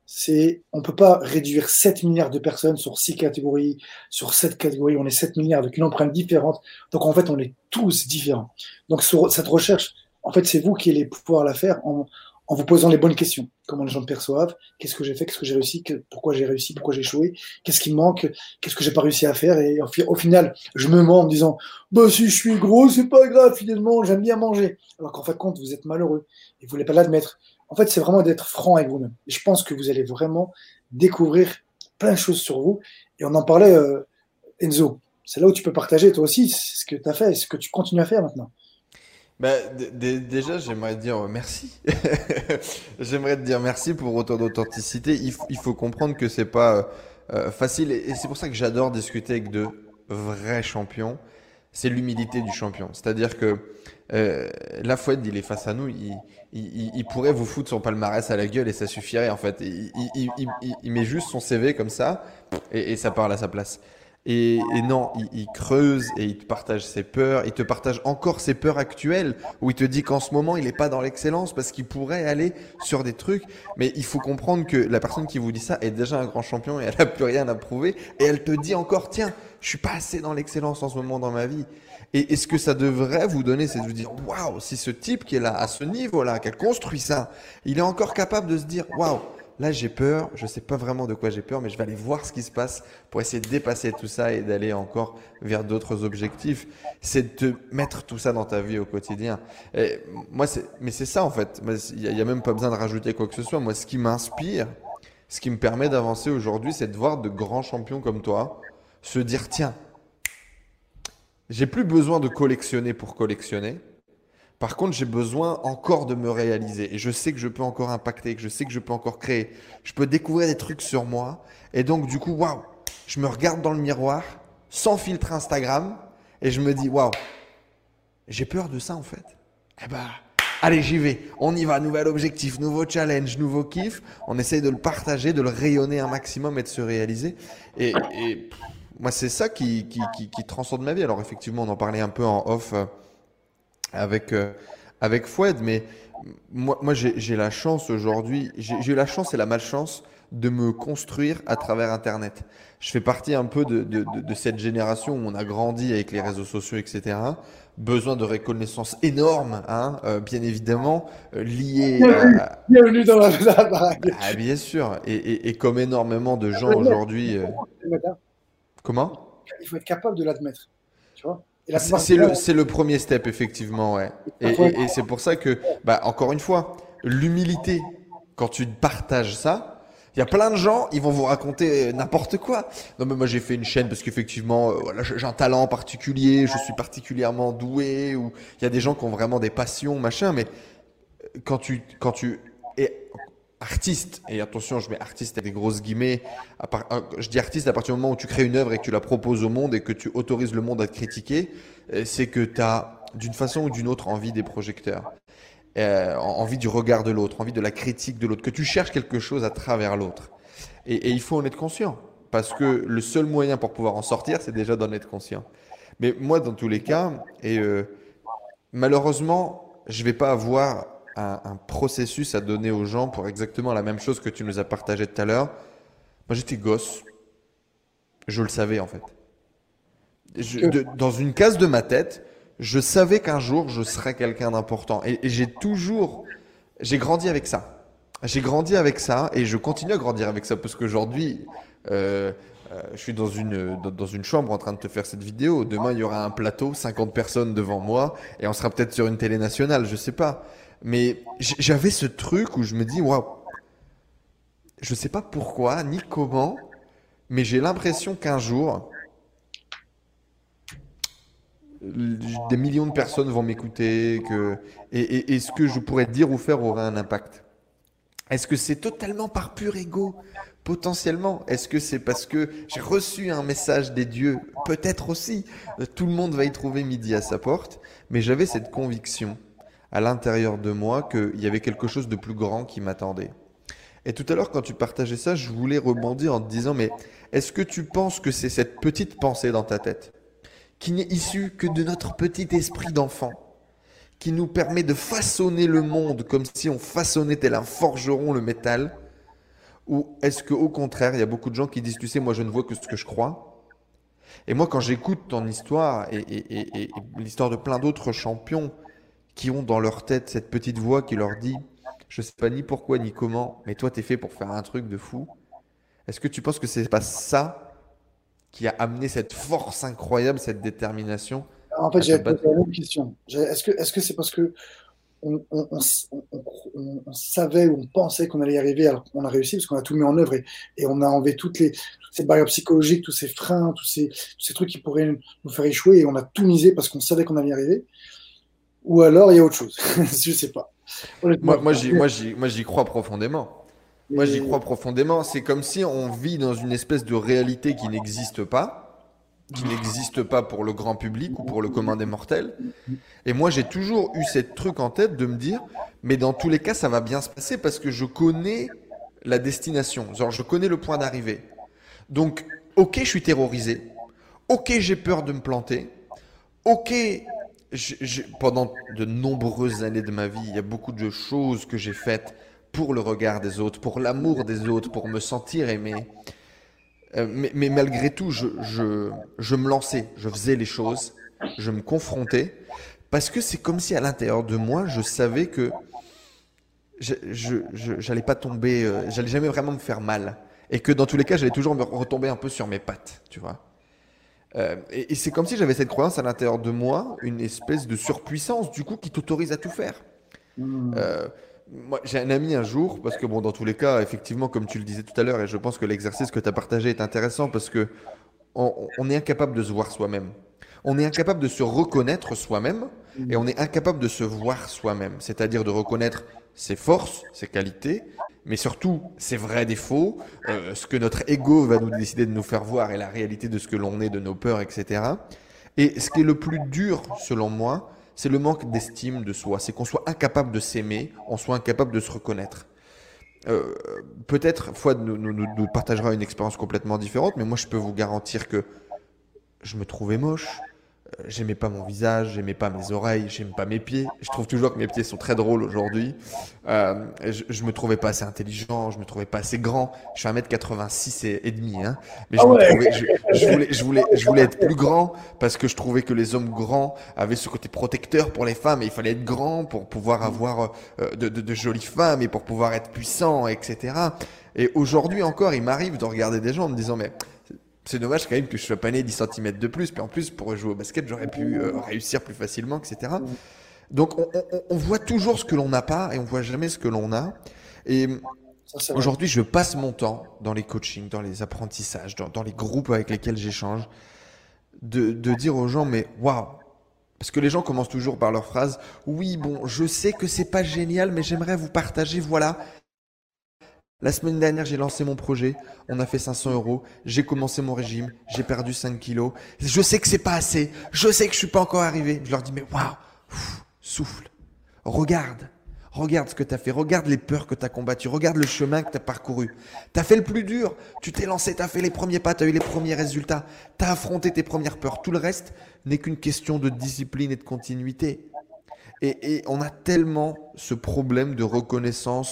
[SPEAKER 2] On ne peut pas réduire 7 milliards de personnes sur 6 catégories, sur 7 catégories. On est 7 milliards, donc une empreinte différente. Donc en fait, on est tous différents. Donc sur cette recherche, en fait, c'est vous qui allez pouvoir la faire en vous posant les bonnes questions. Comment les gens me perçoivent, qu'est-ce que j'ai fait, qu'est-ce que j'ai réussi, pourquoi j'ai échoué, qu'est-ce qui me manque, qu'est-ce que j'ai pas réussi à faire. Et au final, je me mens en me disant, bah, si je suis gros, c'est pas grave, finalement, j'aime bien manger. Alors qu'en fin de compte, vous êtes malheureux et vous voulez pas l'admettre. En fait, c'est vraiment d'être franc avec vous-même. Et je pense que vous allez vraiment découvrir plein de choses sur vous. Et on en parlait, Enzo. C'est là où tu peux partager toi aussi ce que tu as fait et ce que tu continues à faire maintenant.
[SPEAKER 1] Bah, déjà, j'aimerais dire merci. J'aimerais te dire merci pour autant d'authenticité. Il faut comprendre que c'est pas facile et c'est pour ça que j'adore discuter avec de vrais champions. C'est l'humilité du champion. C'est-à-dire que la Fouad, il est face à nous, il pourrait vous foutre son palmarès à la gueule et ça suffirait en fait. Il met juste son CV comme ça et ça parle à sa place. Et non, il creuse et il te partage ses peurs, il te partage encore ses peurs actuelles, où il te dit qu'en ce moment, il n'est pas dans l'excellence parce qu'il pourrait aller sur des trucs. Mais il faut comprendre que la personne qui vous dit ça est déjà un grand champion et elle n'a plus rien à prouver. Et elle te dit encore, tiens, je suis pas assez dans l'excellence en ce moment dans ma vie. Et ce que ça devrait vous donner, c'est de vous dire, waouh, si ce type qui est là, à ce niveau-là, qui a construit ça, il est encore capable de se dire, waouh, là j'ai peur, je sais pas vraiment de quoi j'ai peur, mais je vais aller voir ce qui se passe pour essayer de dépasser tout ça et d'aller encore vers d'autres objectifs. C'est de mettre tout ça dans ta vie au quotidien. Et moi, mais c'est ça en fait. Il n'y a même pas besoin de rajouter quoi que ce soit. Moi, ce qui m'inspire, ce qui me permet d'avancer aujourd'hui, c'est de voir de grands champions comme toi se dire, tiens, j'ai plus besoin de collectionner pour collectionner. Par contre, j'ai besoin encore de me réaliser. Et je sais que je peux encore impacter, que je sais que je peux encore créer. Je peux découvrir des trucs sur moi. Et donc, du coup, waouh, je me regarde dans le miroir, sans filtre Instagram, et je me dis, waouh, j'ai peur de ça en fait. Eh ben, allez, j'y vais. On y va. Nouvel objectif, nouveau challenge, nouveau kiff. On essaye de le partager, de le rayonner un maximum et de se réaliser. Moi, c'est ça qui transcende ma vie. Alors, effectivement, on en parlait un peu en off avec, avec Fouad, mais moi j'ai la chance aujourd'hui, j'ai eu la chance et la malchance de me construire à travers Internet. Je fais partie un peu de cette génération où on a grandi avec les réseaux sociaux, etc. Besoin de reconnaissance énorme, hein, bien évidemment, lié
[SPEAKER 2] Bienvenue, bienvenue dans la baraque.
[SPEAKER 1] bien sûr, et comme énormément de
[SPEAKER 2] Il faut
[SPEAKER 1] gens
[SPEAKER 2] l'admettre.
[SPEAKER 1] aujourd'hui. Comment?
[SPEAKER 2] Il faut être capable de l'admettre. Tu vois. Et la
[SPEAKER 1] C'est
[SPEAKER 2] plupart
[SPEAKER 1] c'est
[SPEAKER 2] des
[SPEAKER 1] le,
[SPEAKER 2] gens,
[SPEAKER 1] c'est le premier step, effectivement, ouais.
[SPEAKER 2] il faut être-
[SPEAKER 1] Et c'est pour ça que, bah, encore une fois, l'humilité, quand tu partages ça, il y a plein de gens, ils vont vous raconter n'importe quoi. Non, mais moi j'ai fait une chaîne parce qu'effectivement, voilà, j'ai un talent particulier, je suis particulièrement doué, ou il y a des gens qui ont vraiment des passions, machin, mais quand tu es artiste, et attention, je mets artiste avec des grosses guillemets, je dis artiste à partir du moment où tu crées une œuvre et que tu la proposes au monde et que tu autorises le monde à te critiquer, c'est que tu as d'une façon ou d'une autre envie des projecteurs, envie du regard de l'autre, envie de la critique de l'autre, que tu cherches quelque chose à travers l'autre. Et il faut en être conscient, parce que le seul moyen pour pouvoir en sortir, c'est déjà d'en être conscient. Mais moi, dans tous les cas, malheureusement, je vais pas avoir un processus à donner aux gens pour exactement la même chose que tu nous as partagé tout à l'heure. Moi, j'étais gosse, je le savais en fait.
[SPEAKER 2] que
[SPEAKER 1] Dans une case de ma tête, je savais qu'un jour, je serais quelqu'un d'important. Et j'ai grandi avec ça. J'ai grandi avec ça et je continue à grandir avec ça parce qu'aujourd'hui, je suis dans une chambre en train de te faire cette vidéo. Demain, il y aura un plateau, 50 personnes devant moi et on sera peut-être sur une télé nationale, je sais pas. Mais j'avais ce truc où je me dis, waouh, je sais pas pourquoi ni comment, mais j'ai l'impression qu'un jour, des millions de personnes vont m'écouter, et ce que je pourrais dire ou faire aura un impact. Est-ce que c'est totalement par pur ego? Potentiellement. Est-ce que c'est parce que j'ai reçu un message des dieux? Peut-être aussi. Tout le monde va y trouver midi à sa porte. Mais j'avais cette conviction à l'intérieur de moi qu'il y avait quelque chose de plus grand qui m'attendait. Et tout à l'heure, quand tu partageais ça, je voulais rebondir en te disant, mais est-ce que tu penses que c'est cette petite pensée dans ta tête, qui n'est issue que de notre petit esprit d'enfant, qui nous permet de façonner le monde comme si on façonnait tel un forgeron le métal, Ou est-ce qu'au contraire, il y a beaucoup de gens qui disent, tu sais, moi je ne vois que ce que je crois. Et moi, quand j'écoute ton histoire et l'histoire de plein d'autres champions qui ont dans leur tête cette petite voix qui leur dit, je sais pas ni pourquoi ni comment, mais toi, t'es fait pour faire un truc de fou. Est-ce que tu penses que c'est pas ça qui a amené cette force incroyable, cette détermination
[SPEAKER 2] En fait,
[SPEAKER 1] à te
[SPEAKER 2] j'avais posé
[SPEAKER 1] battre?
[SPEAKER 2] la même question. Est-ce que c'est parce que on savait ou on pensait qu'on allait y arriver alors qu'on a réussi parce qu'on a tout mis en œuvre et on a enlevé toutes ces barrières psychologiques, tous ces freins, tous ces trucs qui pourraient nous faire échouer et on a tout misé parce qu'on savait qu'on allait y arriver? Ou alors il y a autre chose? Je sais pas. Honnêtement,
[SPEAKER 1] Moi, j'y crois profondément. Moi, j'y
[SPEAKER 2] mais
[SPEAKER 1] crois profondément. C'est comme si on vit dans une espèce de réalité qui n'existe pas pour le grand public ou pour le commun des mortels. Et moi, j'ai toujours eu cette truc en tête de me dire, mais dans tous les cas, ça va bien se passer parce que je connais la destination. Genre, je connais le point d'arrivée. Donc, ok, je suis terrorisé. Ok, j'ai peur de me planter. Ok, pendant de nombreuses années de ma vie, il y a beaucoup de choses que j'ai faites pour le regard des autres, pour l'amour des autres, pour me sentir aimé. Mais malgré tout, je me lançais, je faisais les choses, je me confrontais, parce que c'est comme si à l'intérieur de moi, je savais que j'allais pas tomber, j'allais jamais vraiment me faire mal. Et que dans tous les cas, j'allais toujours me retomber un peu sur mes pattes, tu vois. Et c'est comme si j'avais cette croyance à l'intérieur de moi, une espèce de surpuissance, du coup, qui t'autorise à tout faire.
[SPEAKER 2] hmm,
[SPEAKER 1] Euh, Moi, j'ai un ami un jour, parce que bon, dans tous les cas, effectivement, comme tu le disais tout à l'heure, et je pense que l'exercice que tu as partagé est intéressant parce que on est incapable de se voir soi-même. On est incapable de se reconnaître soi-même et on est incapable de se voir soi-même. C'est-à-dire de reconnaître ses forces, ses qualités, mais surtout ses vrais défauts, ce que notre ego va nous décider de nous faire voir et la réalité de ce que l'on est, de nos peurs, etc. Et ce qui est le plus dur, selon moi, c'est le manque d'estime de soi. C'est qu'on soit incapable de s'aimer, on soit incapable de se reconnaître. Euh, Peut-être Fouad nous partagera une expérience complètement différente, mais moi je peux vous garantir que je me trouvais moche, j'aimais pas mon visage, j'aimais pas mes oreilles, j'aime pas mes pieds. Je trouve toujours que mes pieds sont très drôles aujourd'hui. Je me trouvais pas assez intelligent, je me trouvais pas assez grand. Je fais 1m86 et demi, hein, mais
[SPEAKER 2] Ah
[SPEAKER 1] je me
[SPEAKER 2] ouais,
[SPEAKER 1] trouvais, je voulais être plus grand parce que je trouvais que les hommes grands avaient ce côté protecteur pour les femmes et il fallait être grand pour pouvoir avoir de jolies femmes et pour pouvoir être puissant, etc. Et aujourd'hui encore, il m'arrive de regarder des gens en me disant, mais c'est dommage quand même que je sois pas né 10 cm de plus, puis en plus pour jouer au basket j'aurais pu réussir plus facilement, etc. Donc on voit toujours ce que l'on n'a pas et on voit jamais ce que l'on a. Et
[SPEAKER 2] ça c'est vrai.
[SPEAKER 1] aujourd'hui je passe mon temps dans les coachings, dans les apprentissages, dans les groupes avec lesquels j'échange, de dire aux gens mais waouh. Parce que les gens commencent toujours par leur phrase, oui bon je sais que c'est pas génial mais j'aimerais vous partager voilà. La semaine dernière, j'ai lancé mon projet. On a fait 500 euros. J'ai commencé mon régime. J'ai perdu 5 kilos. Je sais que c'est pas assez. Je sais que je suis pas encore arrivé. Je leur dis, mais waouh, souffle. Regarde. Regarde ce que tu as fait. Regarde les peurs que tu as combattues. Regarde le chemin que tu as parcouru. Tu as fait le plus dur. Tu t'es lancé, tu as fait les premiers pas, tu as eu les premiers résultats. Tu as affronté tes premières peurs. Tout le reste n'est qu'une question de discipline et de continuité. Et on a tellement ce problème de reconnaissance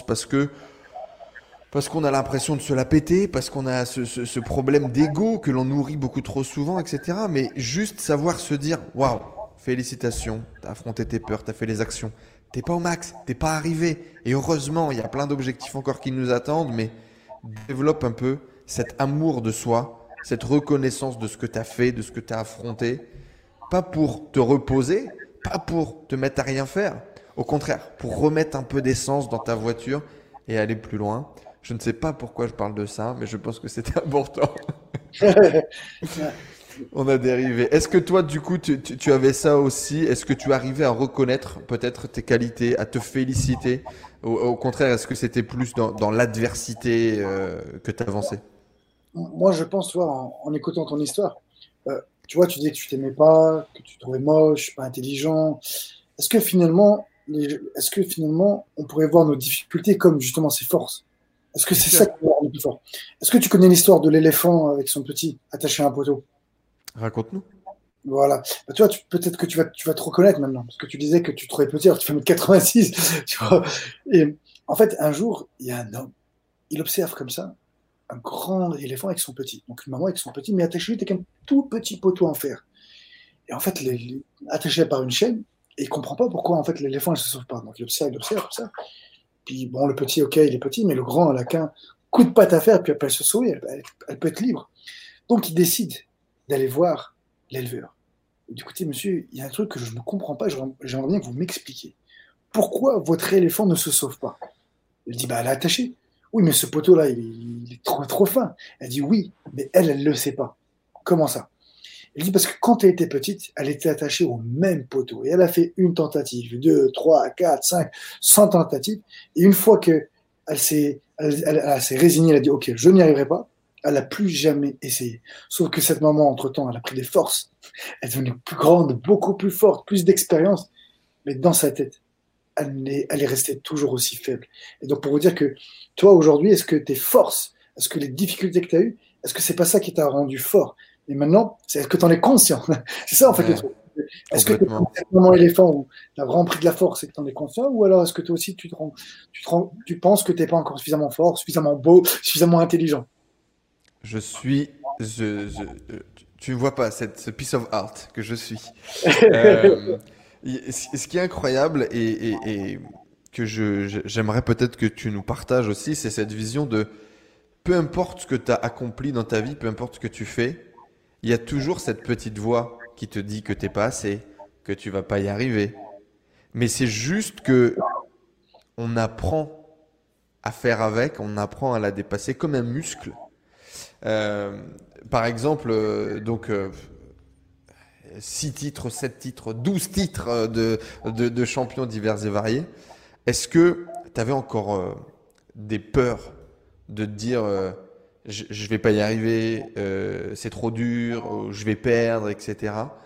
[SPEAKER 1] parce qu'on a l'impression de se la péter, parce qu'on a ce problème d'ego que l'on nourrit beaucoup trop souvent, etc. Mais juste savoir se dire, waouh, félicitations, t'as affronté tes peurs, t'as fait les actions. T'es pas au max, t'es pas arrivé. Et heureusement, il y a plein d'objectifs encore qui nous attendent, mais développe un peu cet amour de soi, cette reconnaissance de ce que t'as fait, de ce que t'as affronté. Pas pour te reposer, pas pour te mettre à rien faire. Au contraire, pour remettre un peu d'essence dans ta voiture et aller plus loin. Je ne sais pas pourquoi je parle de ça, mais je pense que c'est important. On a dérivé. Est-ce que toi, du coup, tu avais ça aussi? Est-ce que tu arrivais à reconnaître peut-être tes qualités, à te féliciter? Au contraire, est-ce que c'était plus dans l'adversité que tu avançais?
[SPEAKER 2] Moi, je pense, tu vois, en écoutant ton histoire, tu vois, tu dis que tu t'aimais pas, que tu te trouvais moche, pas intelligent. Est-ce que finalement, on pourrait voir nos difficultés comme justement ses forces? Est-ce que
[SPEAKER 1] Bien
[SPEAKER 2] c'est ça
[SPEAKER 1] sûr.
[SPEAKER 2] qui nous rend le plus fort? Est-ce que tu connais l'histoire de l'éléphant avec son petit attaché à un poteau?
[SPEAKER 1] Raconte-nous.
[SPEAKER 2] Voilà. Bah, tu vois, peut-être que tu vas te reconnaître maintenant, parce que tu disais que tu te trouvais petit, alors que tu fais 1m86, tu vois. Et en fait, un jour, il y a un homme. il observe comme ça un grand éléphant avec son petit. Donc une maman avec son petit, mais attaché avec un tout petit poteau en fer. Et en fait, attaché par une chaîne, et il comprend pas pourquoi en fait l'éléphant ne se sauve pas. Donc il observe, comme ça. Puis bon, le petit, ok, il est petit, mais le grand, elle a qu'un coup de patte à faire, puis elle peut se sauver, elle peut être libre. Donc il décide d'aller voir l'éleveur. Du coup, monsieur, il y a un truc que je ne comprends pas, j'aimerais bien que vous m'expliquiez. Pourquoi votre éléphant ne se sauve pas? Il dit, bah, elle est attachée. Oui, mais ce poteau-là, il est trop fin. Elle dit, oui, mais elle ne le sait pas. Comment ça? Elle dit, parce que quand elle était petite, elle était attachée au même poteau. Et elle a fait une tentative, 2, 3, 4, 5, 100 tentatives. Et une fois qu'elle s'est résignée, elle a dit, OK, je n'y arriverai pas. Elle n'a plus jamais essayé. Sauf que cette maman, entre-temps, elle a pris des forces. Elle est devenue plus grande, beaucoup plus forte, plus d'expérience. Mais dans sa tête, elle est restée toujours aussi faible. Et donc, pour vous dire que toi, aujourd'hui, est-ce que tes forces, est-ce que les difficultés que tu as eues, est-ce que c'est pas ça qui t'a rendu fort? Et maintenant, est-ce que tu en es conscient? C'est ça, en fait, le truc. Est-ce que tu es vraiment éléphant où tu as vraiment pris de la force et que tu en es conscient? Ou alors est-ce que toi aussi, tu penses que tu n'es pas encore suffisamment fort, suffisamment beau, suffisamment intelligent?
[SPEAKER 1] Je suis. Tu ne vois pas ce piece of art que je suis. Euh, Ce qui est incroyable et que j'aimerais peut-être que tu nous partages aussi, c'est cette vision de peu importe ce que tu as accompli dans ta vie, peu importe ce que tu fais, il y a toujours cette petite voix qui te dit que t'es pas assez, que tu vas pas y arriver. Mais c'est juste que on apprend à faire avec, on apprend à la dépasser comme un muscle. Euh, Par exemple, 6 titres, 7 titres, 12 titres de champions divers et variés. Est-ce que tu avais encore des peurs de te dire je vais pas y arriver, c'est trop dur, je vais perdre, etc.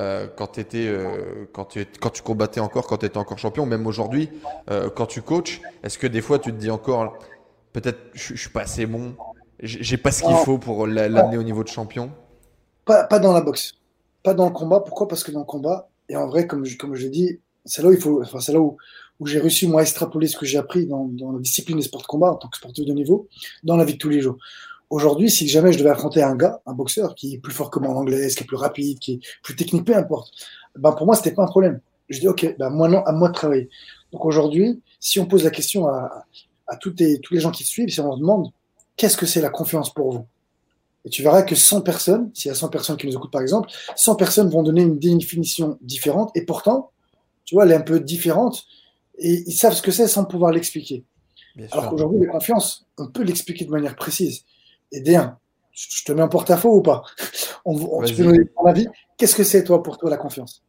[SPEAKER 1] Quand tu combattais encore, quand tu étais encore champion, même aujourd'hui, quand tu coaches, est-ce que des fois tu te dis encore peut-être je suis pas assez bon, j'ai pas ce qu'il
[SPEAKER 2] Non,
[SPEAKER 1] faut pour l'amener au niveau de champion?
[SPEAKER 2] pas dans la boxe. Pas dans le combat. Pourquoi? Parce que dans le combat, et en vrai, comme je dis, c'est là où c'est là où j'ai réussi, moi, à extrapoler ce que j'ai appris dans la discipline des sports de combat en tant que sportif de niveau, dans la vie de tous les jours. Aujourd'hui, si jamais je devais affronter un gars, un boxeur, qui est plus fort que moi en anglaise, qui est plus rapide, qui est plus technique, peu importe, ben pour moi, c'était pas un problème. Je dis, OK, ben moi, non, à moi de travailler. Donc aujourd'hui, si on pose la question à tous les gens qui te suivent, si on leur demande, qu'est-ce que c'est la confiance pour vous? Et tu verras que 100 personnes, s'il y a 100 personnes qui nous écoutent par exemple, 100 personnes vont donner une définition différente et pourtant, tu vois, elle est un peu différente et ils savent ce que c'est sans pouvoir l'expliquer.
[SPEAKER 1] Bien
[SPEAKER 2] Alors
[SPEAKER 1] sûr.
[SPEAKER 2] qu'aujourd'hui, la confiance, on peut l'expliquer de manière précise. Et D1, je te mets en porte-à-faux ou pas? Tu peux nous
[SPEAKER 1] Vas-y.
[SPEAKER 2] donner ton avis? Qu'est-ce que c'est toi pour toi la confiance?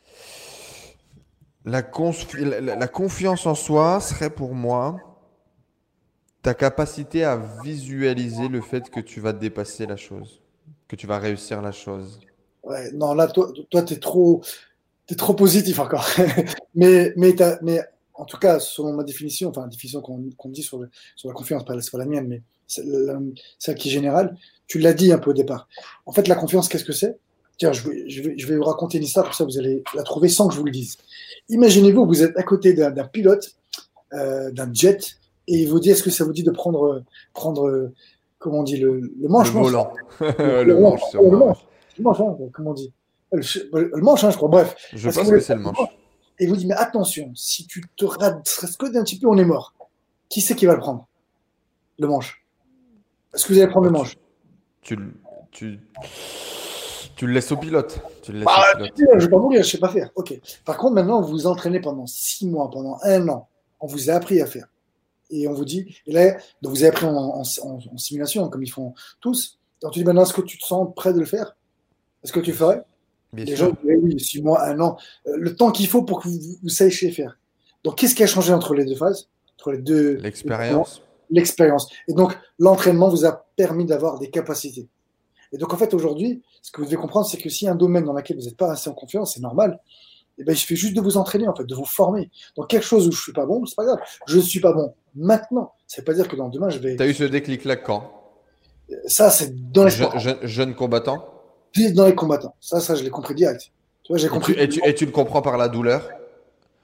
[SPEAKER 1] La confiance en soi serait pour moi ta capacité à visualiser le fait que tu vas dépasser la chose, que tu vas réussir la chose.
[SPEAKER 2] Ouais, non, là, toi, t'es trop positif encore. Mais en tout cas, selon ma définition, enfin, la définition qu'on dit sur la confiance, pas la mienne, mais celle qui est générale, tu l'as dit un peu au départ. En fait, la confiance, qu'est-ce que c'est? Tiens, je vais vous raconter une histoire, pour ça vous allez la trouver sans que je vous le dise. Imaginez-vous, vous êtes à côté d'un pilote, d'un jet, et il vous dit, est-ce que ça vous dit de prendre comment on dit, le
[SPEAKER 1] Le
[SPEAKER 2] manche, non,
[SPEAKER 1] volant,
[SPEAKER 2] le,
[SPEAKER 1] le
[SPEAKER 2] le,
[SPEAKER 1] manche
[SPEAKER 2] le
[SPEAKER 1] sûrement.
[SPEAKER 2] manche, le manche, hein, comment on dit? Le manche, hein, je crois. Bref,
[SPEAKER 1] Je
[SPEAKER 2] est-ce que
[SPEAKER 1] pense
[SPEAKER 2] vous
[SPEAKER 1] que
[SPEAKER 2] voulez
[SPEAKER 1] c'est le
[SPEAKER 2] prendre le
[SPEAKER 1] manche.
[SPEAKER 2] manche? Et il vous dit, mais attention, si tu te rates, serait-ce que d'un petit peu, on est mort. Qui c'est qui va le prendre? Le manche. Est-ce que vous allez prendre
[SPEAKER 1] Oh,
[SPEAKER 2] le manche?
[SPEAKER 1] tu, le- tu, tu le laisses au pilote. Tu le laisses au
[SPEAKER 2] Bah,
[SPEAKER 1] pilote.
[SPEAKER 2] je vais pas mourir, je sais pas faire. Ok. Par contre, maintenant, vous vous entraînez pendant 6 mois, pendant un an. On vous a appris à faire. Et on vous dit, et là, donc vous avez appris en simulation, comme ils font tous. Et on te dit, maintenant, est-ce que tu te sens prêt de le faire? Est-ce que tu
[SPEAKER 1] Bien,
[SPEAKER 2] ferais?
[SPEAKER 1] bien
[SPEAKER 2] Les gens
[SPEAKER 1] sûr.
[SPEAKER 2] diraient oui, 6 mois, un an, le temps qu'il faut pour que vous sachiez faire. Donc, qu'est-ce qui a changé entre les deux phases, entre les deux moments?
[SPEAKER 1] L'expérience.
[SPEAKER 2] L'expérience. Et donc, l'entraînement vous a permis d'avoir des capacités. Et donc, en fait, aujourd'hui, ce que vous devez comprendre, c'est que s'il y a un domaine dans lequel vous n'êtes pas assez en confiance, c'est normal. Et ben, il suffit juste de vous entraîner, en fait, de vous former. Dans quelque chose où je suis pas bon, c'est pas grave. Je ne suis pas bon maintenant. Ça ne veut pas dire que dans demain, je vais.
[SPEAKER 1] T'as eu ce déclic-là quand?
[SPEAKER 2] Ça, c'est dans les sports.
[SPEAKER 1] Jeune combattant?
[SPEAKER 2] Puis dans les combattants. Ça, je l'ai compris direct. Tu vois, j'ai compris.
[SPEAKER 1] Et tu le comprends par la douleur?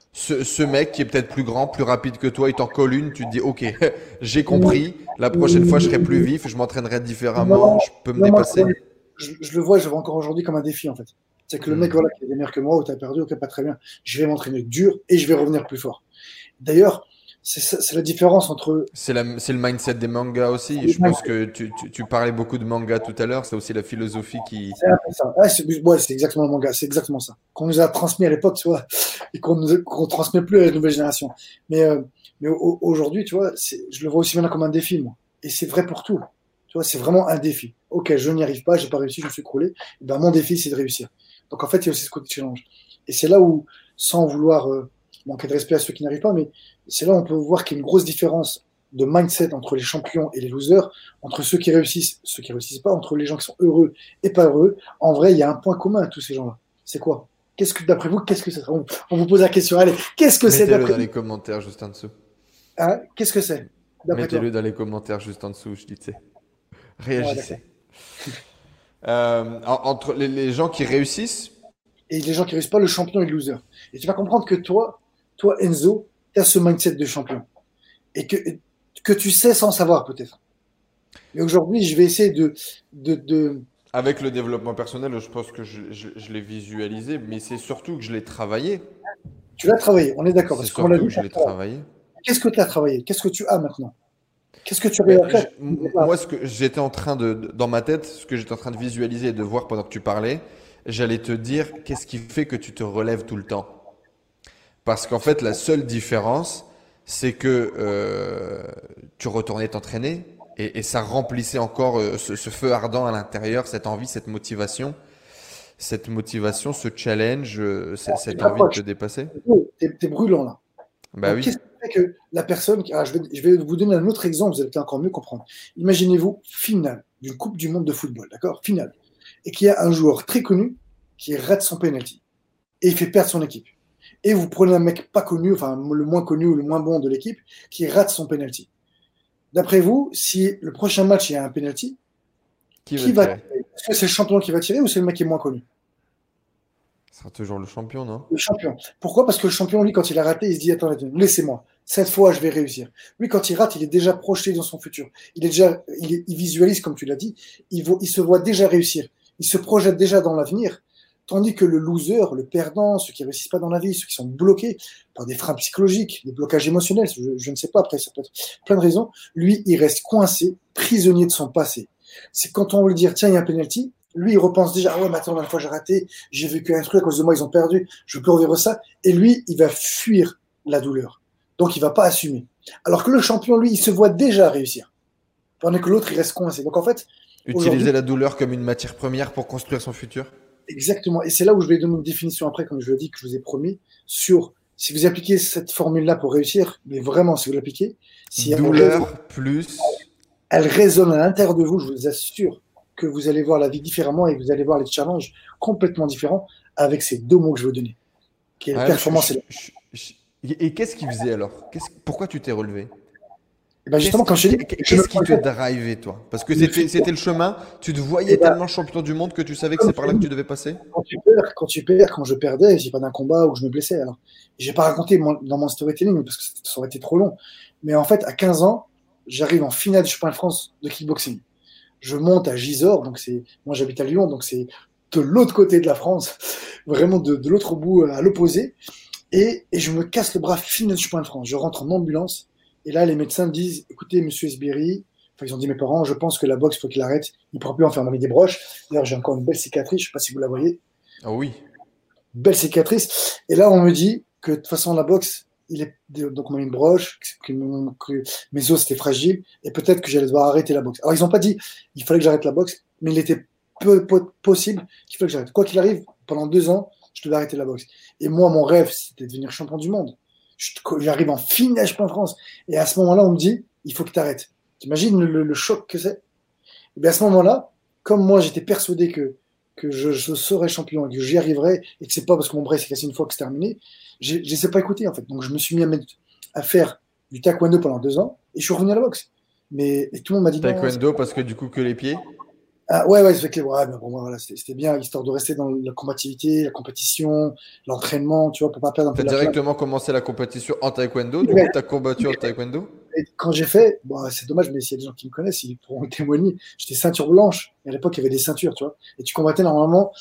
[SPEAKER 1] Ce mec qui est peut-être plus grand, plus rapide que toi, il t'en colle une, tu te dis, ok, j'ai compris, la prochaine fois je serai plus vif, je m'entraînerai différemment,
[SPEAKER 2] Non,
[SPEAKER 1] je peux me
[SPEAKER 2] non, moi,
[SPEAKER 1] dépasser.
[SPEAKER 2] je le vois, je le vois encore aujourd'hui comme un défi, en fait. C'est que le mec,
[SPEAKER 1] Hmm.
[SPEAKER 2] voilà, qui est meilleur que moi, ou t'as perdu, ok, pas très bien. Je vais m'entraîner dur et je vais revenir plus fort. D'ailleurs, c'est la différence entre.
[SPEAKER 1] C'est le mindset des mangas aussi. Je pense que tu parlais beaucoup de manga tout à l'heure, c'est aussi la philosophie qui...
[SPEAKER 2] C'est un peu ça. Ouais, c'est exactement le manga, c'est exactement ça. Qu'on nous a transmis à l'époque, tu vois, et qu'on transmet plus à la nouvelle génération. Mais, aujourd'hui, tu vois, je le vois aussi maintenant comme un défi, moi. Et c'est vrai pour tout. Tu vois, c'est vraiment un défi. Ok, je n'y arrive pas, j'ai pas réussi, je me suis écroulé. Et ben, mon défi, c'est de réussir. Donc en fait, il y a aussi ce côté challenge. Et c'est là où, sans vouloir manquer de respect à ceux qui n'arrivent pas, mais c'est là où on peut voir qu'il y a une grosse différence de mindset entre les champions et les losers, entre ceux qui réussissent pas, entre les gens qui sont heureux et pas heureux. En vrai, il y a un point commun à tous ces gens-là. C'est quoi? Qu'est-ce que, d'après vous, qu'est-ce que c'est? On vous pose la question. Allez, qu'est-ce que c'est
[SPEAKER 1] Mettez-le
[SPEAKER 2] d'après
[SPEAKER 1] dans
[SPEAKER 2] vous?
[SPEAKER 1] les commentaires juste en dessous.
[SPEAKER 2] Hein, qu'est-ce que c'est, d'après
[SPEAKER 1] Mettez-le
[SPEAKER 2] toi?
[SPEAKER 1] dans les commentaires juste en dessous, je dis, tu sais.
[SPEAKER 2] Ouais, d'accord.
[SPEAKER 1] Réagissez. Entre les gens qui réussissent,
[SPEAKER 2] Et les gens qui réussissent pas, le champion et le loser. Et tu vas comprendre que toi, Enzo, tu as ce mindset de champion. Et que tu sais sans savoir, peut-être. Mais aujourd'hui, je vais essayer de.
[SPEAKER 1] avec le développement personnel, je pense que je l'ai visualisé, mais c'est surtout que je l'ai travaillé.
[SPEAKER 2] Tu l'as travaillé, on est d'accord.
[SPEAKER 1] C'est
[SPEAKER 2] Parce que comme on l'a
[SPEAKER 1] surtout
[SPEAKER 2] dit,
[SPEAKER 1] que je l'ai
[SPEAKER 2] travaillé.
[SPEAKER 1] travaillé.
[SPEAKER 2] Qu'est-ce que tu as travaillé? Qu'est-ce que tu as maintenant? Qu'est-ce que tu
[SPEAKER 1] Ben,
[SPEAKER 2] arrives à faire?
[SPEAKER 1] moi, ce que j'étais en train dans ma tête, ce que j'étais en train de visualiser et de voir pendant que tu parlais, j'allais te dire qu'est-ce qui fait que tu te relèves tout le temps. Parce qu'en fait, la seule différence, c'est que tu retournais t'entraîner et ça remplissait encore ce feu ardent à l'intérieur, cette envie, cette motivation, ce challenge,
[SPEAKER 2] Tu
[SPEAKER 1] cette envie de te
[SPEAKER 2] t'approches.
[SPEAKER 1] dépasser.
[SPEAKER 2] T'es brûlant là.
[SPEAKER 1] Bah
[SPEAKER 2] Donc,
[SPEAKER 1] oui.
[SPEAKER 2] qu'est-ce qui fait que la personne. Je vais vous donner un autre exemple, vous allez peut-être encore mieux comprendre. Imaginez-vous, finale d'une Coupe du Monde de football, d'accord? Finale. Et qu'il y a un joueur très connu qui rate son penalty. Et il fait perdre son équipe. Et vous prenez un mec pas connu, enfin le moins connu ou le moins bon de l'équipe, qui rate son penalty. D'après vous, si le prochain match il y a un penalty,
[SPEAKER 1] Qui va
[SPEAKER 2] qui va
[SPEAKER 1] tirer?
[SPEAKER 2] tirer? Est-ce que c'est le champion qui va tirer ou c'est le mec qui est moins connu?
[SPEAKER 1] Ce sera toujours le champion, non?
[SPEAKER 2] Le champion. Pourquoi? Parce que le champion, lui, quand il a raté, il se dit, attends, laissez-moi. Cette fois, je vais réussir. Lui, quand il rate, il est déjà projeté dans son futur. Il visualise, comme tu l'as dit, il se voit déjà réussir. Il se projette déjà dans l'avenir. Tandis que le loser, le perdant, ceux qui ne réussissent pas dans la vie, ceux qui sont bloqués par des freins psychologiques, des blocages émotionnels, je ne sais pas, après, ça peut être plein de raisons, lui, il reste coincé, prisonnier de son passé. C'est quand on veut lui dire, tiens, il y a un penalty, lui, il repense déjà, ah ouais, mais attends, la fois j'ai raté, j'ai vécu un truc, à cause de moi, ils ont perdu, je peux revivre ça. Et lui, il va fuir la douleur. Donc, il va pas assumer. Alors que le champion, lui, il se voit déjà réussir. Pendant que l'autre, il reste coincé. Donc, en fait, aujourd'hui,
[SPEAKER 1] Utiliser la douleur comme une matière première pour construire son futur?
[SPEAKER 2] exactement. Et c'est là où je vais donner une définition après, comme je le dis, que je vous ai promis, sur si vous appliquez cette formule-là pour réussir, mais vraiment, si vous l'appliquez, si
[SPEAKER 1] Douleur plus...
[SPEAKER 2] elle résonne à l'intérieur de vous, je vous assure que vous allez voir la vie différemment et vous allez voir les challenges complètement différents avec ces deux mots que je veux donner, qui est la
[SPEAKER 1] Ah, mais
[SPEAKER 2] performance et la.
[SPEAKER 1] Et qu'est-ce qu'il faisait alors? Pourquoi tu t'es relevé?
[SPEAKER 2] Et ben justement, quand je te dis, je me
[SPEAKER 1] Qu'est-ce qui te
[SPEAKER 2] projette
[SPEAKER 1] drivait, toi? Parce que
[SPEAKER 2] le futur.
[SPEAKER 1] c'était le chemin, tu te
[SPEAKER 2] Et
[SPEAKER 1] voyais
[SPEAKER 2] ben,
[SPEAKER 1] tellement champion du monde que tu savais que
[SPEAKER 2] comme
[SPEAKER 1] c'est
[SPEAKER 2] je
[SPEAKER 1] par là que
[SPEAKER 2] dis,
[SPEAKER 1] tu devais passer?
[SPEAKER 2] quand je perdais, j'ai pas d'un combat où je me blessais. Alors, j'ai pas raconté dans mon storytelling parce que ça aurait été trop long. Mais en fait, à 15 ans, j'arrive en finale du championnat de France de kickboxing. Je monte à Gisors, donc moi j'habite à Lyon, donc c'est de l'autre côté de la France, vraiment de l'autre bout, à l'opposé. Et je me casse le bras final du championnat de France. Je rentre en ambulance, et là les médecins me disent, écoutez, monsieur Esbiri, enfin ils ont dit mes parents, je pense que la boxe, faut qu'il arrête, il ne pourra plus en faire, on m'a mis des broches. D'ailleurs, j'ai encore une belle cicatrice, je sais pas si vous la voyez,
[SPEAKER 1] Ah oui.
[SPEAKER 2] belle cicatrice. Et là, on me dit que de toute façon, la boxe, donc on m'a mis une broche, que mes os étaient fragiles, et peut-être que j'allais devoir arrêter la boxe. Alors, ils n'ont pas dit il fallait que j'arrête la boxe, mais il était possible qu'il fallait que j'arrête. Quoi qu'il arrive, pendant 2 ans, je devais arrêter la boxe. Et moi, mon rêve, c'était de devenir champion du monde. J'arrive en finale champion de France. Et à ce moment-là, on me dit il faut que tu arrêtes. T'imagines le choc que c'est? Et bien à ce moment-là, comme moi, j'étais persuadé que je serais champion et que j'y arriverais, et que c'est pas parce que mon bras s'est cassé une fois que c'est terminé, je ne sais pas écouter en fait. Donc je me suis mis à faire du taekwondo pendant 2 ans et je suis revenu à la boxe. Mais et tout le monde m'a dit non.
[SPEAKER 1] Taekwondo parce que du coup que les pieds?
[SPEAKER 2] Ah, ouais, ouais, c'est clair. Ouais, mais pour moi, voilà, c'était bien, histoire de rester dans la combativité, la compétition, l'entraînement, tu vois, pour pas perdre un
[SPEAKER 1] Tu
[SPEAKER 2] peu
[SPEAKER 1] as
[SPEAKER 2] la flamme.
[SPEAKER 1] directement commencé la compétition en taekwondo, du
[SPEAKER 2] Ouais.
[SPEAKER 1] coup, tu as combattu en taekwondo?
[SPEAKER 2] Et quand j'ai fait, bon, c'est dommage, mais s'il y a des gens qui me connaissent, ils pourront témoigner. J'étais ceinture blanche. Et à l'époque, il y avait des ceintures, tu vois. Et tu combattais normalement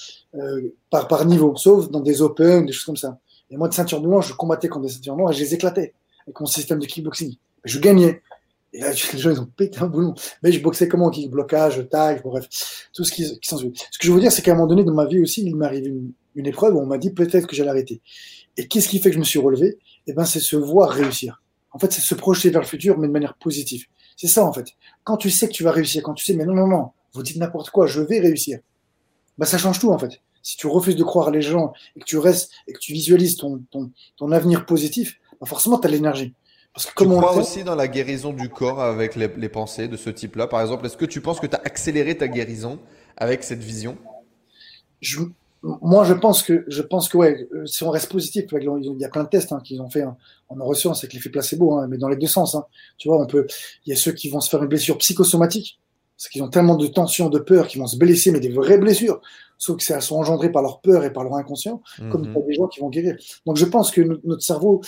[SPEAKER 2] par niveau, sauf dans des open, des choses comme ça. Et moi, de ceinture blanche, je combattais contre des ceintures noires et je les éclatais avec mon système de kickboxing. Et je gagnais. Et là, les gens, ils ont pété un boulon. Mais je boxais comment? Kick, blocage, tag, bref, tout ce qui s'ensuit. Ce que je veux dire, c'est qu'à un moment donné, dans ma vie aussi, il m'est arrivé une épreuve où on m'a dit peut-être que j'allais arrêter. Et qu'est-ce qui fait que je me suis relevé? Eh ben, c'est se voir réussir. En fait, c'est se projeter vers le futur, mais de manière positive. C'est ça, en fait. Quand tu sais que tu vas réussir, quand tu sais, mais non, non, non, vous dites n'importe quoi, je vais réussir, bah, ça change tout, en fait. Si tu refuses de croire les gens et que tu restes et que tu visualises ton avenir positif, bah forcément, tu as l'énergie. Parce que
[SPEAKER 1] Tu
[SPEAKER 2] comme on le
[SPEAKER 1] crois
[SPEAKER 2] fait,
[SPEAKER 1] aussi dans la guérison du corps avec les pensées de ce type-là? Par exemple, est-ce que tu penses que tu as accéléré ta guérison avec cette vision?
[SPEAKER 2] je, moi, je pense que ouais, si on reste positif, il y a plein de tests qu'ils ont fait en neurosciences avec l'effet placebo, mais dans les deux sens. Tu vois, il y a ceux qui vont se faire une blessure psychosomatique, parce qu'ils ont tellement de tension, de peur, qu'ils vont se blesser, mais des vraies blessures, sauf que elles sont engendrées par leur peur et par leur inconscient, comme il y a
[SPEAKER 1] Mhm.
[SPEAKER 2] des gens qui vont guérir. Donc, je pense que notre cerveau,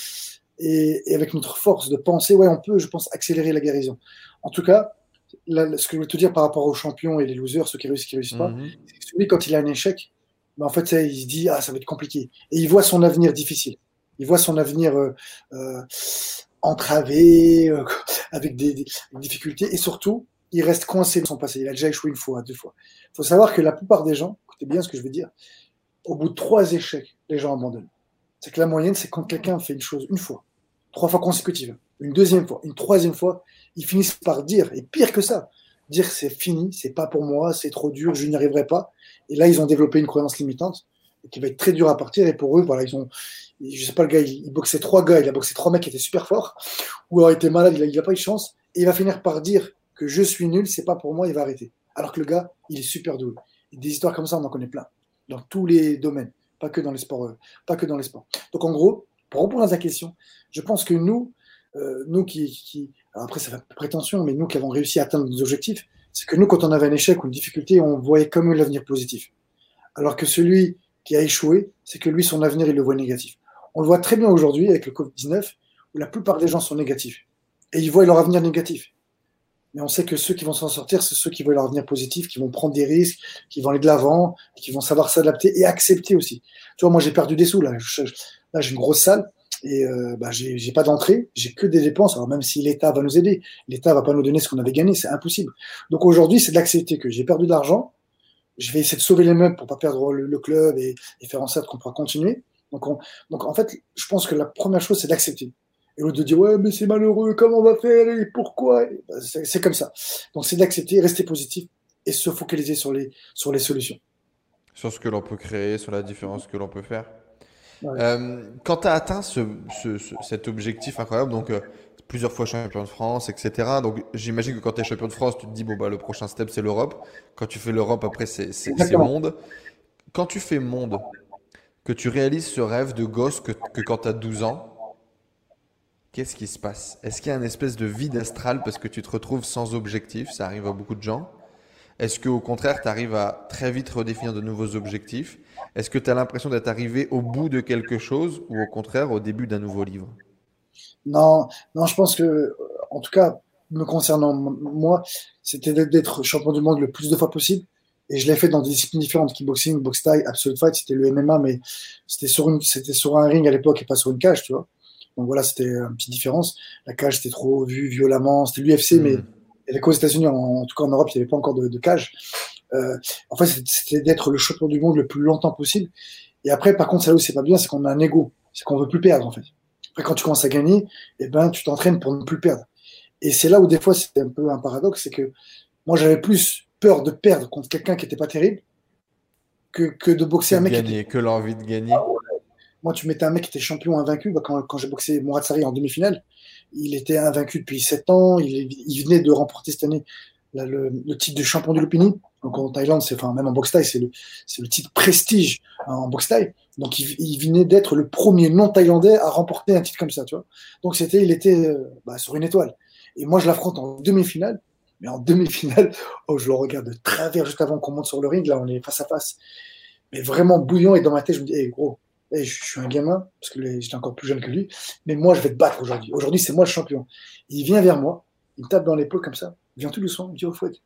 [SPEAKER 2] et avec notre force de penser, ouais, on peut, je pense, accélérer la guérison. En tout cas, là, ce que je veux te dire par rapport aux champions et les losers, ceux qui réussissent pas,
[SPEAKER 1] Mhm.
[SPEAKER 2] c'est que celui, quand il a un échec, ben, en fait, ça, il se dit, ah, ça va être compliqué. Et il voit son avenir difficile. Il voit son avenir euh, entravé, avec des difficultés. Et surtout, il reste coincé dans son passé. Il a déjà échoué une fois, deux fois. Il faut savoir que la plupart des gens, écoutez bien ce que je veux dire, au bout de 3 échecs, les gens abandonnent. C'est que la moyenne, c'est quand quelqu'un fait une chose une fois, 3 fois consécutives, une deuxième fois, une troisième fois, ils finissent par dire, et pire que ça, dire c'est fini, c'est pas pour moi, c'est trop dur, je n'y arriverai pas. Et là, ils ont développé une croyance limitante qui va être très dure à partir. Et pour eux, voilà, je sais pas, le gars, il boxait 3 gars, il a boxé 3 mecs qui étaient super forts, ou alors il était malade, il a pas eu de chance, et il va finir par dire que je suis nul, c'est pas pour moi, il va arrêter. Alors que le gars, il est super doué. Et des histoires comme ça, on en connaît plein, dans tous les domaines, pas que dans les sports, pas que dans les sports. Donc en gros, pour répondre à ta question, je pense que nous alors après ça fait prétention, mais nous qui avons réussi à atteindre nos objectifs, c'est que nous, quand on avait un échec ou une difficulté, on voyait comme l'avenir positif. Alors que celui qui a échoué, c'est que lui, son avenir, il le voit négatif. On le voit très bien aujourd'hui avec le Covid-19, où la plupart des gens sont négatifs. Et ils voient leur avenir négatif. Mais on sait que ceux qui vont s'en sortir, c'est ceux qui voient leur avenir positif, qui vont prendre des risques, qui vont aller de l'avant, qui vont savoir s'adapter et accepter aussi. Tu vois, moi, j'ai perdu des sous, là. Là, j'ai une grosse salle et j'ai pas d'entrée, j'ai que des dépenses. Alors, même si l'État va nous aider, l'État va pas nous donner ce qu'on avait gagné, c'est impossible. Donc, aujourd'hui, c'est d'accepter que j'ai perdu de l'argent. Je vais essayer de sauver les meubles pour pas perdre le club et faire en sorte qu'on pourra continuer. Donc, en fait, je pense que la première chose, c'est d'accepter. Et l'autre de dire, ouais, mais c'est malheureux, comment on va faire et pourquoi? C'est comme ça. Donc, c'est d'accepter, rester positif et se focaliser sur les solutions.
[SPEAKER 1] Sur ce que l'on peut créer, sur la différence que l'on peut faire.
[SPEAKER 2] Ouais.
[SPEAKER 1] Quand tu as atteint cet objectif incroyable, donc plusieurs fois champion de France, etc. Donc j'imagine que quand tu es champion de France, tu te dis, bon, bah, le prochain step, c'est l'Europe. Quand tu fais l'Europe, après, c'est
[SPEAKER 2] Exactement.
[SPEAKER 1] monde. Quand tu fais monde, que tu réalises ce rêve de gosse que quand tu as 12 ans, qu'est-ce qui se passe? Est-ce qu'il y a une espèce de vide astral parce que tu te retrouves sans objectif? Ça arrive à beaucoup de gens. Est-ce qu'au contraire, tu arrives à très vite redéfinir de nouveaux objectifs? Est-ce que tu as l'impression d'être arrivé au bout de quelque chose ou au contraire au début d'un nouveau livre?
[SPEAKER 2] Non, non, je pense que, en tout cas, me concernant moi, c'était d'être champion du monde le plus de fois possible. Et je l'ai fait dans des disciplines différentes, kickboxing, boxe thaï, absolute fight, c'était le MMA, mais c'était sur un ring à l'époque et pas sur une cage, tu vois. Donc voilà, c'était une petite différence. La cage, c'était trop vu violemment. C'était l'UFC, mais
[SPEAKER 1] Hmm.
[SPEAKER 2] il n'y avait qu'aux États-Unis, en tout cas en Europe, il n'y avait pas encore de cage. En fait, c'était d'être le champion du monde le plus longtemps possible. Et après, par contre, ça où c'est pas bien, c'est qu'on a un ego. C'est qu'on veut plus perdre, en fait. Après, quand tu commences à gagner, eh ben, tu t'entraînes pour ne plus perdre. Et c'est là où, des fois, c'est un peu un paradoxe, c'est que moi, j'avais plus peur de perdre contre quelqu'un qui était pas terrible que de boxer
[SPEAKER 1] Que
[SPEAKER 2] un
[SPEAKER 1] de
[SPEAKER 2] mec qui était.
[SPEAKER 1] gagner, que l'envie de gagner.
[SPEAKER 2] Moi, tu mettais un mec qui était champion invaincu. Bah, quand j'ai boxé Mourad Sari en demi-finale, il était invaincu depuis 7 ans. Il venait de remporter cette année le titre de champion du Lupini. Donc en Thaïlande, enfin même en boxe thaï, c'est le titre prestige en boxe thaï. Donc il venait d'être le premier non-thaïlandais à remporter un titre comme ça, tu vois. Donc il était sur une étoile. Et moi, je l'affronte en demi-finale. Mais en demi-finale, oh, je le regarde de travers juste avant qu'on monte sur le ring. Là, on est face à face. Mais vraiment bouillant. Et dans ma tête, je me dis, hey, gros, hey, je suis un gamin, parce que j'étais encore plus jeune que lui. Mais moi, je vais te battre aujourd'hui. Aujourd'hui, c'est moi le champion. Il vient vers moi. Il me tape dans l'épaule comme ça. Il vient tout doucement. Il me dit, oh, Fouad,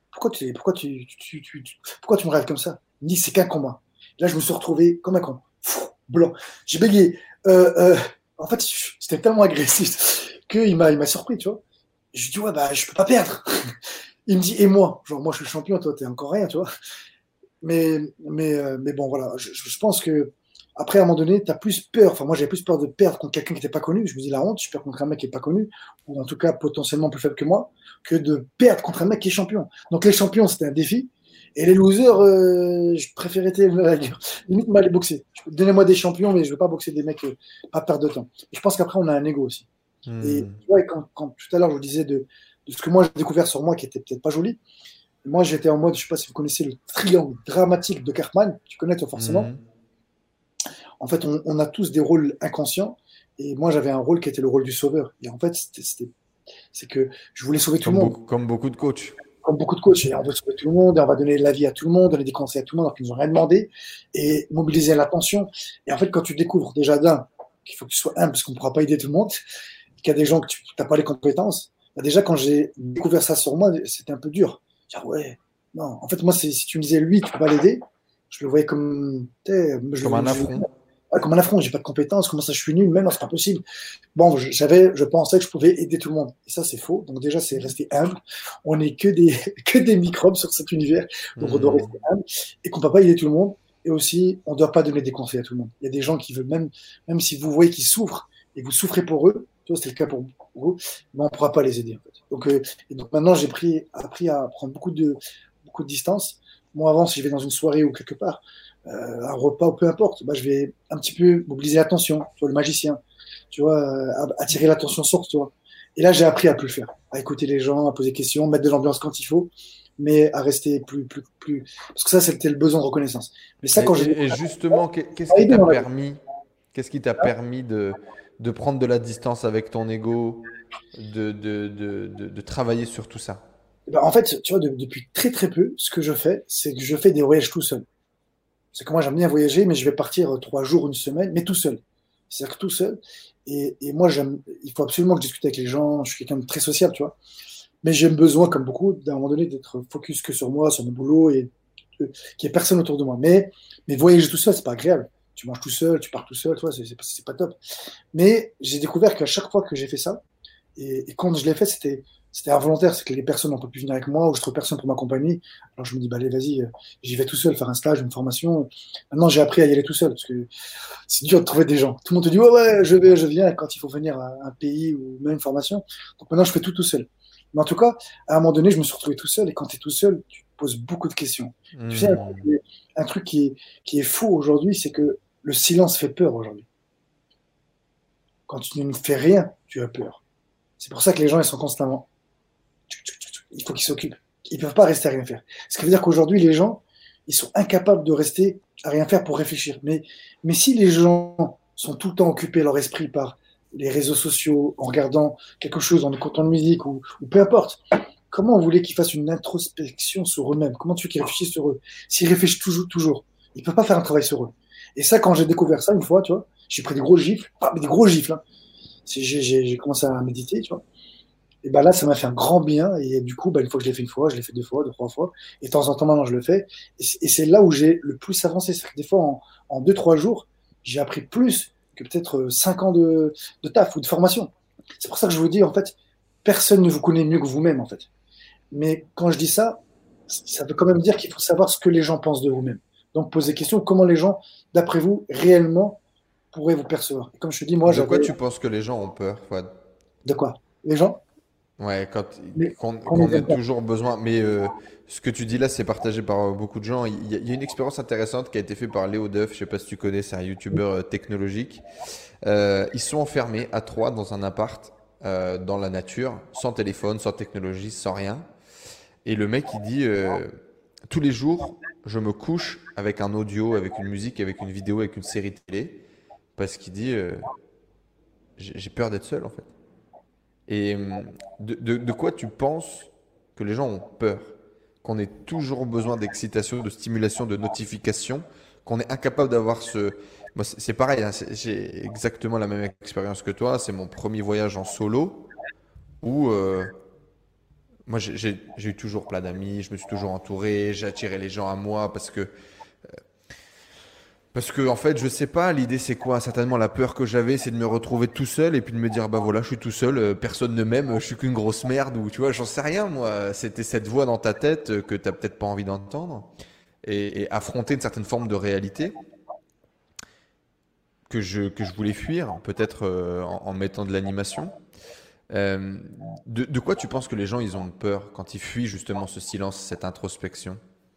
[SPEAKER 2] pourquoi tu me rêves comme ça? Il me dit, c'est qu'un combat. Là, je me suis retrouvé comme un con. Blanc. J'ai bégayé. En fait, c'était tellement agressif qu'il m'a surpris, tu vois. Je lui dis, ouais, bah, je peux pas perdre. Il me dit, et moi? Genre, moi, je suis le champion, toi, t'es encore rien, tu vois. Mais bon, voilà. Je pense que, après, à un moment donné, t'as plus peur. Enfin, moi, j'avais plus peur de perdre contre quelqu'un qui n'était pas connu. Je me dis, la honte, je perds contre un mec qui n'est pas connu, ou en tout cas, potentiellement plus faible que moi, que de perdre contre un mec qui est champion. Donc, les champions, c'était un défi. Et les losers, je préférais limite m'aller boxer. Donnez-moi des champions, mais je veux pas boxer des mecs, pas perdre de temps. Et je pense qu'après, on a un ego aussi. Et tu vois, quand tout à l'heure, je vous disais de ce que moi j'ai découvert sur moi qui était peut-être pas joli, moi j'étais en mode, je sais pas si vous connaissez le triangle dramatique de Cartman, tu connais toi forcément. En fait, on a tous des rôles inconscients, et moi j'avais un rôle qui était le rôle du sauveur. Et en fait, c'est que je voulais sauver tout le monde.
[SPEAKER 1] Comme beaucoup de coachs.
[SPEAKER 2] Comme beaucoup de coachs, et on veut sauver tout le monde, et on va donner de la vie à tout le monde, donner des conseils à tout le monde, alors qu'ils nous ont rien demandé, et mobiliser l'attention. Et en fait, quand tu découvres déjà qu'il faut que tu sois humble, parce qu'on ne pourra pas aider tout le monde, qu'il y a des gens que tu n'as pas les compétences, bah déjà quand j'ai découvert ça sur moi, c'était un peu dur. Dire ouais, non. En fait, moi, si tu me disais lui, tu peux pas l'aider, je le voyais comme,
[SPEAKER 1] Comme un affront.
[SPEAKER 2] Comme un affront, j'ai pas de compétences, comment ça je suis nul, même non, c'est pas possible. Bon, je pensais que je pouvais aider tout le monde. Et ça, c'est faux. Donc déjà, c'est rester humble. On n'est que des, que des microbes sur cet univers. Donc on doit rester humble. Et qu'on peut pas aider tout le monde. Et aussi, on doit pas donner des conseils à tout le monde. Il y a des gens qui veulent même si vous voyez qu'ils souffrent et vous souffrez pour eux, tu vois, c'était le cas pour vous, mais on pourra pas les aider, en fait. Donc maintenant, appris à prendre beaucoup de distance. Moi, avant, si je vais dans une soirée ou quelque part, un repas ou peu importe, bah, je vais un petit peu mobiliser l'attention, tu vois, le magicien, tu vois, attirer l'attention sur toi. Et là, j'ai appris à plus le faire, à écouter les gens, à poser des questions, mettre de l'ambiance quand il faut, mais à rester plus, parce que ça, c'était le besoin de reconnaissance. Mais ça, quand j'ai
[SPEAKER 1] Et justement, qu'est-ce qui t'a permis de prendre de la distance avec ton ego, de travailler sur tout ça?
[SPEAKER 2] ben, en fait, tu vois, depuis très très peu, ce que je fais, c'est que je fais des voyages tout seul. C'est que moi, j'aime bien voyager, mais je vais partir 3 jours, une semaine, mais tout seul. C'est-à-dire que tout seul. Et moi, il faut absolument que je discute avec les gens. Je suis quelqu'un de très sociable, tu vois. Mais j'ai besoin, comme beaucoup, d'un moment donné, d'être focus que sur moi, sur mon boulot et qu'il n'y ait personne autour de moi. Mais voyager tout seul, c'est pas agréable. Tu manges tout seul, tu pars tout seul, toi, c'est pas top. Mais j'ai découvert qu'à chaque fois que j'ai fait ça, et quand je l'ai fait, c'était involontaire, c'est que les personnes n'ont pas pu venir avec moi, ou je trouve personne pour m'accompagner. Alors je me dis, bah allez, vas-y, j'y vais tout seul, faire un stage, une formation. Maintenant, j'ai appris à y aller tout seul, parce que c'est dur de trouver des gens. Tout le monde te dit, ouais, ouais, je viens quand il faut venir à un pays ou même une formation. Donc maintenant, je fais tout seul. Mais en tout cas, à un moment donné, je me suis retrouvé tout seul, et quand tu es tout seul, tu te poses beaucoup de questions. Tu sais, un truc qui est fou aujourd'hui, c'est que le silence fait peur aujourd'hui. Quand tu ne fais rien, tu as peur. C'est pour ça que les gens, ils sont constamment. Il faut qu'ils s'occupent. Ils ne peuvent pas rester à rien faire. Ce qui veut dire qu'aujourd'hui, les gens, ils sont incapables de rester à rien faire pour réfléchir. Mais si les gens sont tout le temps occupés leur esprit par les réseaux sociaux, en regardant quelque chose, en écoutant de musique ou peu importe, comment on voulait qu'ils fassent une introspection sur eux-mêmes? Comment tu veux qu'ils réfléchissent sur eux? S'ils réfléchissent toujours, ils ne peuvent pas faire un travail sur eux. Et ça, quand j'ai découvert ça une fois, tu vois, j'ai pris des gros gifles, pas des gros gifles, hein. J'ai commencé à méditer, tu vois. Et ben là, ça m'a fait un grand bien. Et du coup, bah, une fois que je l'ai fait une fois, je l'ai fait 2 fois, 3 fois. Et de temps en temps, maintenant, je le fais. Et c'est là où j'ai le plus avancé. C'est que des fois, en 2, 3 jours, j'ai appris plus que peut-être 5 ans de taf ou de formation. C'est pour ça que je vous dis, en fait, personne ne vous connaît mieux que vous-même, en fait. Mais quand je dis ça, ça veut quand même dire qu'il faut savoir ce que les gens pensent de vous-même. Donc, posez des questions, comment les gens, d'après vous, réellement, pourraient vous percevoir. Et comme je te dis, moi,
[SPEAKER 1] De quoi
[SPEAKER 2] j'avais.
[SPEAKER 1] tu penses que les gens ont peur, Fouad?
[SPEAKER 2] De quoi? Les gens?
[SPEAKER 1] Ouais,
[SPEAKER 2] Mais, qu'on
[SPEAKER 1] qu'on
[SPEAKER 2] les
[SPEAKER 1] ait
[SPEAKER 2] aime pas.
[SPEAKER 1] toujours besoin. Mais ce que tu dis là, c'est partagé par beaucoup de gens. Il y a une expérience intéressante qui a été faite par Léo Duff. Je sais pas si tu connais, c'est un YouTuber technologique. Ils sont enfermés à trois dans un appart dans la nature, sans téléphone, sans technologie, sans rien. Et le mec, il dit tous les jours, je me couche avec un audio, avec une musique, avec une vidéo, avec une série télé, parce qu'il dit j'ai peur d'être seul en fait. Et de quoi tu penses que les gens ont peur, qu'on ait toujours besoin d'excitation, de stimulation, de notification, qu'on est incapable d'avoir ce... Moi, c'est pareil, hein, j'ai exactement la même expérience que toi. C'est mon premier voyage en solo où moi, j'ai eu toujours plein d'amis, je me suis toujours entouré, j'ai attiré les gens à moi parce que en fait, je sais pas, l'idée c'est quoi? Certainement la peur que j'avais, c'est de me retrouver tout seul et puis de me dire bah voilà, je suis tout seul, personne ne m'aime, je suis qu'une grosse merde ou tu vois, j'en sais rien moi. C'était cette voix dans ta tête que t'as peut-être pas envie d'entendre et affronter une certaine forme de réalité que je voulais fuir, peut-être en mettant de l'animation. Euh, de quoi tu penses que les gens ils ont peur quand ils fuient justement ce silence, cette introspection?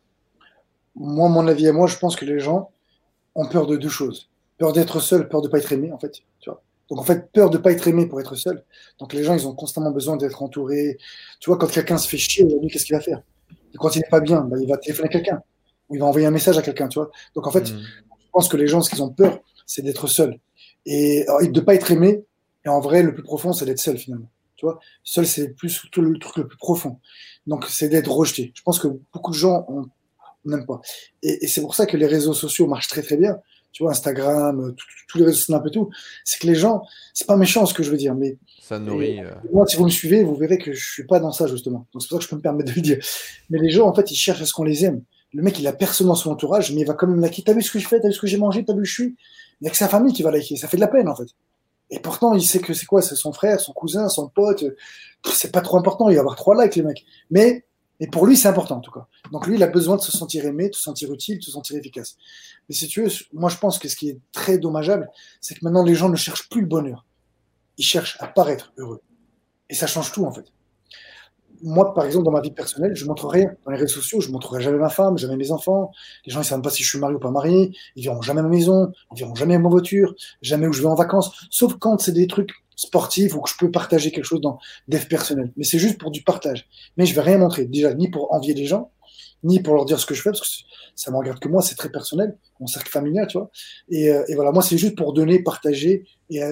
[SPEAKER 2] Moi, mon avis à moi, je pense que les gens ont peur de deux choses. Peur d'être seul, peur de pas être aimé, en fait. Tu vois. Donc, en fait, peur de pas être aimé pour être seul. Donc, les gens, ils ont constamment besoin d'être entourés. Tu vois, quand quelqu'un se fait chier aujourd'hui, qu'est-ce qu'il va faire? Et quand il n'est pas bien, bah, il va téléphoner à quelqu'un. Ou il va envoyer un message à quelqu'un, tu vois. Donc, en fait, je
[SPEAKER 1] Hmm.
[SPEAKER 2] pense que les gens, ce qu'ils ont peur, c'est d'être seul. Et alors, de ne pas être aimé. Et en vrai, le plus profond, c'est d'être seul, finalement. Tu vois, seul, c'est plus tout le truc le plus profond. Donc, c'est d'être rejeté. Je pense que beaucoup de gens ont même pas. Et c'est pour ça que les réseaux sociaux marchent très très bien. Tu vois, Instagram, tous les réseaux Snap et tout. C'est que les gens, c'est pas méchant ce que je veux dire, mais
[SPEAKER 1] Ça
[SPEAKER 2] et
[SPEAKER 1] nourrit.
[SPEAKER 2] moi, si vous me suivez, vous verrez que je suis pas dans ça justement. Donc c'est pour ça que je peux me permettre de le dire. Mais les gens, en fait, ils cherchent à ce qu'on les aime. Le mec, il a personne dans son entourage, mais il va quand même liker. T'as vu ce que je fais? T'as vu ce que j'ai mangé? T'as vu où je suis? Il y a que sa famille qui va liker. Ça fait de la peine, en fait. Et pourtant, il sait que c'est quoi? C'est son frère, son cousin, son pote. C'est pas trop important. Il va avoir 3 likes, les mecs. Mais pour lui, c'est important, en tout cas. Donc lui, il a besoin de se sentir aimé, de se sentir utile, de se sentir efficace. Mais si tu veux, moi, je pense que ce qui est très dommageable, c'est que maintenant, les gens ne cherchent plus le bonheur. Ils cherchent à paraître heureux. Et ça change tout, en fait. Moi, par exemple, dans ma vie personnelle, je montre rien. Dans les réseaux sociaux, je montrerai jamais ma femme, jamais mes enfants. Les gens, ils savent pas si je suis marié ou pas marié. Ils verront jamais ma maison. Ils verront jamais ma voiture. Jamais où je vais en vacances. Sauf quand c'est des trucs sportifs ou que je peux partager quelque chose dans des personnel. Mais c'est juste pour du partage. Mais je vais rien montrer. Déjà, ni pour envier les gens, ni pour leur dire ce que je fais, parce que ça me regarde que moi, c'est très personnel, mon cercle familial, tu vois. Et voilà, moi, c'est juste pour donner, partager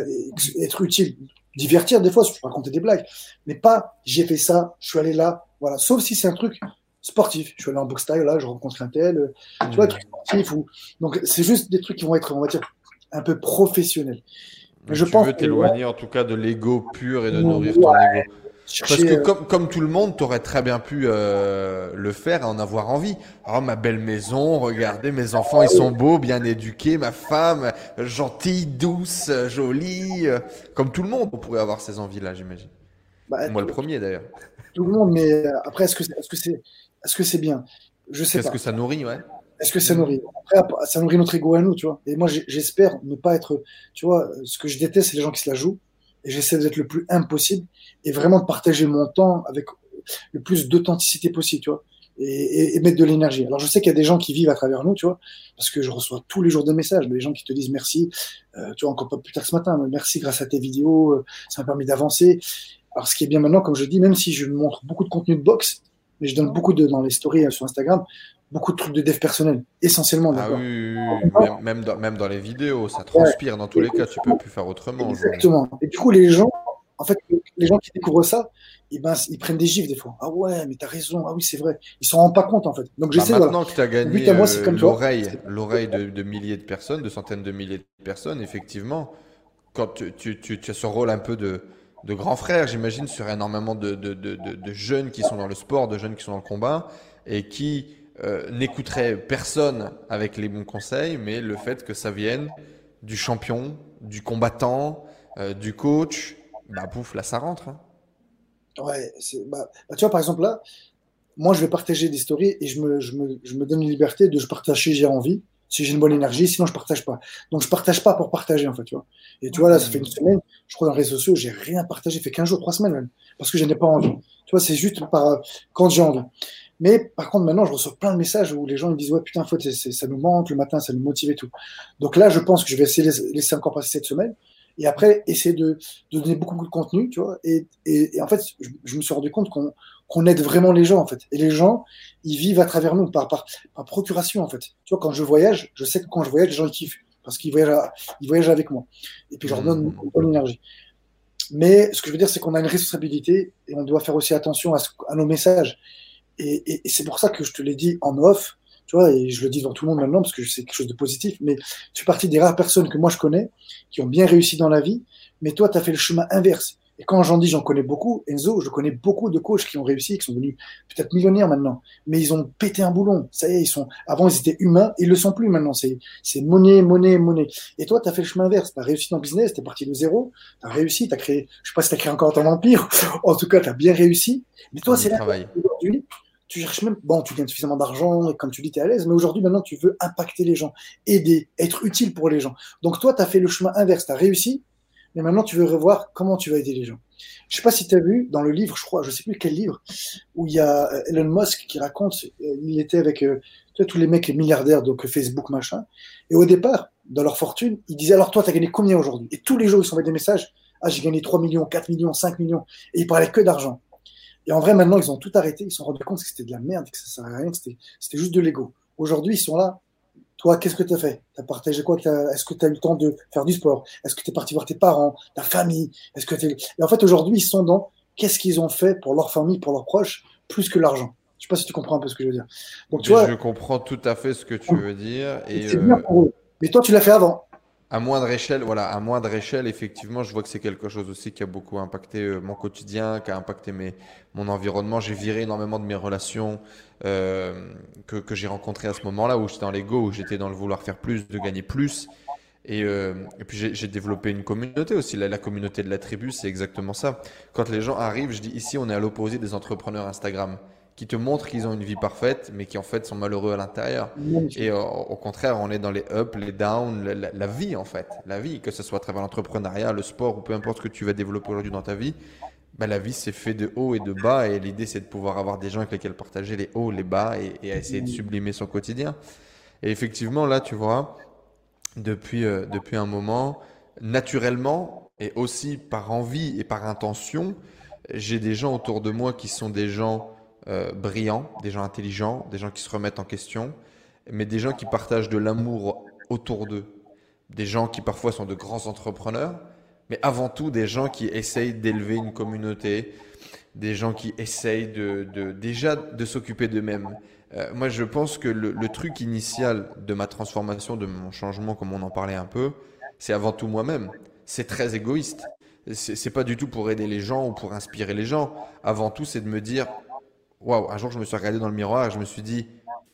[SPEAKER 2] et être utile. Divertir des fois, je peux raconter des blagues, mais pas j'ai fait ça, je suis allé là, voilà. Sauf si c'est un truc sportif. Je suis allé en boxe thaï, là, je rencontre un tel, tu vois, un
[SPEAKER 1] Hmm.
[SPEAKER 2] truc sportif. Donc, c'est juste des trucs qui vont être, on va dire, un peu professionnels. Mais je
[SPEAKER 1] Tu
[SPEAKER 2] pense
[SPEAKER 1] veux
[SPEAKER 2] que les gens
[SPEAKER 1] t'éloigner en tout cas de l'ego pur et de
[SPEAKER 2] vont
[SPEAKER 1] nourrir ton ego. Parce
[SPEAKER 2] chercher.
[SPEAKER 1] que comme tout le monde, tu aurais très bien pu le faire et en avoir envie. Oh, ma belle maison, regardez, mes enfants, ils sont beaux, bien éduqués, ma femme, gentille, douce, jolie. Comme tout le monde, on pourrait avoir ces envies-là, j'imagine.
[SPEAKER 2] Bah,
[SPEAKER 1] Moi, le premier d'ailleurs.
[SPEAKER 2] tout le monde, mais après, est-ce que c'est bien? Je sais
[SPEAKER 1] Qu'est-ce que
[SPEAKER 2] pas.
[SPEAKER 1] ça nourrit, ouais.
[SPEAKER 2] Est-ce que ça
[SPEAKER 1] Hmm.
[SPEAKER 2] nourrit? Après, ça nourrit notre ego à nous, tu vois. Et moi, j'espère ne pas être, tu vois, ce que je déteste, c'est les gens qui se la jouent. Et j'essaie d'être le plus humble possible et vraiment de partager mon temps avec le plus d'authenticité possible, tu vois. Et mettre de l'énergie. Alors, je sais qu'il y a des gens qui vivent à travers nous, tu vois, parce que je reçois tous les jours des messages, des gens qui te disent merci, tu vois, encore pas plus tard que ce matin, merci grâce à tes vidéos, ça m'a permis d'avancer. Alors, ce qui est bien maintenant, comme je dis, même si je montre beaucoup de contenu de boxe, mais je donne beaucoup dans les stories sur Instagram, beaucoup de trucs de dev personnel, essentiellement,
[SPEAKER 1] Ah oui,
[SPEAKER 2] d'accord?
[SPEAKER 1] oui, oui, oui. Même dans les vidéos, ça
[SPEAKER 2] Ouais.
[SPEAKER 1] transpire dans tous
[SPEAKER 2] Et-
[SPEAKER 1] les cas. Tu peux plus faire autrement aujourd'hui.
[SPEAKER 2] Exactement. Et du coup, les gens, en fait, les gens qui découvrent ça, eh ben, ils prennent des gifs des fois. Ah ouais, mais t'as raison. Ah oui, c'est vrai. Ils s'en rendent pas compte, en fait. Donc,
[SPEAKER 1] Bah
[SPEAKER 2] j'essaie, voilà.
[SPEAKER 1] maintenant que tu as
[SPEAKER 2] Mon but
[SPEAKER 1] gagné
[SPEAKER 2] à moi, c'est comme toi.
[SPEAKER 1] l'oreille de milliers de personnes, de centaines de milliers de personnes, effectivement, quand tu as ce rôle un peu de grand frère, j'imagine, sur énormément de jeunes qui sont dans le sport, de jeunes qui sont dans le combat, et qui n'écouteraient personne avec les bons conseils, mais le fait que ça vienne du champion, du combattant, du coach, bah pouf, là ça rentre, hein.
[SPEAKER 2] Ouais, tu vois, par exemple, là, moi, je vais partager des stories et je me donne une liberté de je partage si j'ai envie, si j'ai une bonne énergie, sinon je partage pas. Donc, je partage pas pour partager, en fait, tu vois. Et tu vois, là, ça fait une
[SPEAKER 1] Hmm.
[SPEAKER 2] semaine, je crois, dans les réseaux sociaux, j'ai rien partagé, ça fait 15 jours, 3 semaines même, parce que je n'ai pas envie. Tu vois, c'est juste quand j'ai envie. Mais par contre, maintenant, je reçois plein de messages où les gens me disent, ouais, putain, faut, ça nous manque, le matin, ça nous motive et tout. Donc là, je pense que je vais essayer de laisser encore passer cette semaine. Et après, essayer de donner beaucoup, beaucoup de contenu, tu vois. Et en fait, je me suis rendu compte qu'on aide vraiment les gens, en fait. Et les gens, ils vivent à travers nous, par procuration, en fait. Tu vois, quand je voyage, je sais que quand je voyage, les gens, ils kiffent. Parce qu'ils voyagent avec moi. Et puis, je leur donne
[SPEAKER 1] Hmm.
[SPEAKER 2] beaucoup de bonne énergie. Mais ce que je veux dire, c'est qu'on a une responsabilité et on doit faire aussi attention à nos messages. Et c'est pour ça que je te l'ai dit en off, tu vois, et je le dis devant tout le monde maintenant parce que c'est quelque chose de positif, mais tu fais partie des rares personnes que moi je connais qui ont bien réussi dans la vie, mais toi, tu as fait le chemin inverse. Et quand j'en dis, j'en connais beaucoup, Enzo, je connais beaucoup de coachs qui ont réussi, qui sont devenus peut-être millionnaires maintenant, mais ils ont pété un boulon. Ça y est, avant, ils étaient humains, ils le sont plus maintenant. C'est monnaie, monnaie, monnaie. Et toi, tu as fait le chemin inverse. Tu as réussi dans le business, tu es parti de zéro, tu as réussi, tu as créé, je sais pas si tu as créé encore ton empire, en tout cas, tu as bien réussi. Mais toi,
[SPEAKER 1] On y
[SPEAKER 2] c'est là,
[SPEAKER 1] travaille.
[SPEAKER 2] aujourd'hui, tu cherches même, bon, tu gagnes suffisamment d'argent, et comme tu dis, tu es à l'aise, mais aujourd'hui, maintenant, tu veux impacter les gens, aider, être utile pour les gens. Donc, toi, tu as fait le chemin inverse, tu as réussi, mais maintenant, tu veux revoir comment tu vas aider les gens. Je sais pas si tu as vu dans le livre, je crois, je sais plus quel livre, où il y a Elon Musk qui raconte, il était avec tu vois, tous les mecs, les milliardaires, donc Facebook, machin, et au départ, dans leur fortune, il disait, alors toi, tu as gagné combien aujourd'hui? Et tous les jours, ils s'envoyaient des messages, ah, j'ai gagné 3 millions, 4 millions, 5 millions, et ils parlaient que d'argent. Et en vrai, maintenant, ils ont tout arrêté. Ils se sont rendus compte que c'était de la merde, que ça ne servait à rien, que c'était juste de l'ego. Aujourd'hui, ils sont là. Toi, qu'est-ce que tu as fait? Tu as partagé quoi? Est-ce que tu as eu le temps de faire du sport? Est-ce que tu es parti voir tes parents, ta famille? Est-ce que t'es... Et en fait, aujourd'hui, ils sont dans qu'est-ce qu'ils ont fait pour leur famille, pour leurs proches, plus que l'argent. Je sais pas si tu comprends un peu ce que je veux dire. Donc, tu
[SPEAKER 1] Mais
[SPEAKER 2] vois,
[SPEAKER 1] je comprends tout à fait ce que tu veux dire. Et
[SPEAKER 2] c'est bien pour eux. Mais toi, tu l'as fait avant.
[SPEAKER 1] à moindre échelle, voilà, à moindre échelle, effectivement, je vois que c'est quelque chose aussi qui a beaucoup impacté mon quotidien, qui a impacté mon environnement. J'ai viré énormément de mes relations que j'ai rencontrées à ce moment-là, où j'étais dans l'ego, où j'étais dans le vouloir faire plus, de gagner plus. Et puis j'ai développé une communauté aussi. La communauté de la tribu, c'est exactement ça. Quand les gens arrivent, je dis ici, on est à l'opposé des entrepreneurs Instagram qui te montrent qu'ils ont une vie parfaite, mais qui en fait sont malheureux à l'intérieur. Et
[SPEAKER 2] Magnifique.
[SPEAKER 1] au contraire, on est dans les ups, les downs, la vie en fait. La vie, que ce soit à travers l'entrepreneuriat, le sport ou peu importe ce que tu vas développer aujourd'hui dans ta vie, bah, la vie c'est fait de hauts et de bas. Et l'idée c'est de pouvoir avoir des gens avec lesquels partager les hauts, les bas et à essayer de sublimer son quotidien. Et effectivement, là, tu vois, depuis un moment, naturellement et aussi par envie et par intention, j'ai des gens autour de moi qui sont des gens brillants, des gens intelligents, des gens qui se remettent en question, mais des gens qui partagent de l'amour autour d'eux, des gens qui parfois sont de grands entrepreneurs, mais avant tout des gens qui essayent d'élever une communauté, des gens qui essayent déjà de s'occuper d'eux-mêmes. Moi, je pense que le truc initial de ma transformation, de mon changement, comme on en parlait un peu, c'est avant tout moi-même. C'est très égoïste. C'est pas du tout pour aider les gens ou pour inspirer les gens. Avant tout, c'est de me dire, waouh, un jour, je me suis regardé dans le miroir et je me suis dit,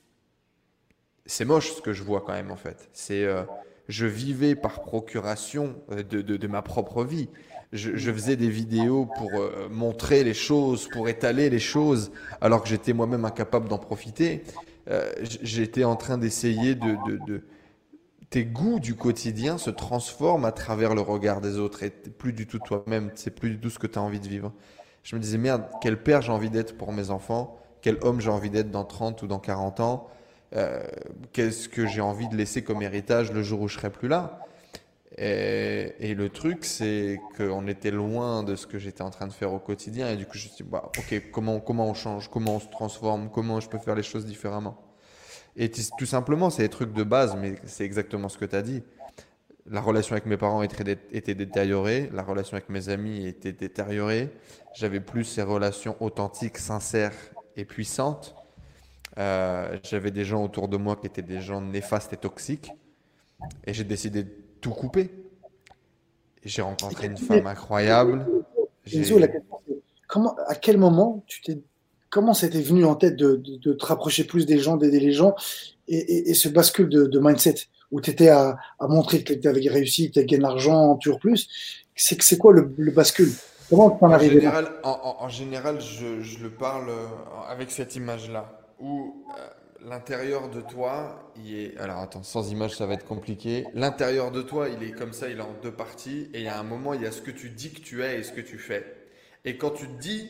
[SPEAKER 1] c'est moche ce que je vois quand même en fait. Je vivais par procuration de ma propre vie. Je faisais des vidéos pour montrer les choses, pour étaler les choses, alors que j'étais moi-même incapable d'en profiter. J'étais en train d'essayer tes goûts du quotidien se transforment à travers le regard des autres et t'es plus du tout toi-même, c'est plus du tout ce que tu as envie de vivre. Je me disais, merde, quel père j'ai envie d'être pour mes enfants, quel homme j'ai envie d'être dans 30 ou dans 40 ans, euh, qu'est-ce que j'ai envie de laisser comme héritage le jour où je serai plus là. Et le truc, c'est qu'on était loin de ce que j'étais en train de faire au quotidien. Et du coup, je me suis dit, bah, ok, comment on change, comment on se transforme, comment je peux faire les choses différemment. Et tout simplement, c'est des trucs de base, mais c'est exactement ce que tu as dit. La relation avec mes parents était détériorée, la relation avec mes amis était détériorée. J'avais plus ces relations authentiques, sincères et puissantes. J'avais des gens autour de moi qui étaient des gens néfastes et toxiques. Et j'ai décidé de tout couper. Et j'ai rencontré une femme incroyable.
[SPEAKER 2] Enzo, la
[SPEAKER 1] J'ai
[SPEAKER 2] question, c'est à quel moment comment c'était venu en tête de te rapprocher plus des gens, d'aider les gens, et ce bascule de mindset où tu étais à montrer que tu avais réussi, que tu avais gagné de l'argent, toujours plus. C'est quoi le bascule? Comment t'en
[SPEAKER 1] En
[SPEAKER 2] arrivé là?
[SPEAKER 1] général, en général, je le parle avec cette image-là, où l'intérieur de toi, il est... Alors attends, sans image, ça va être compliqué. L'intérieur de toi, il est comme ça, il est en deux parties, et il y a un moment, il y a ce que tu dis que tu es et ce que tu fais. Et quand tu te dis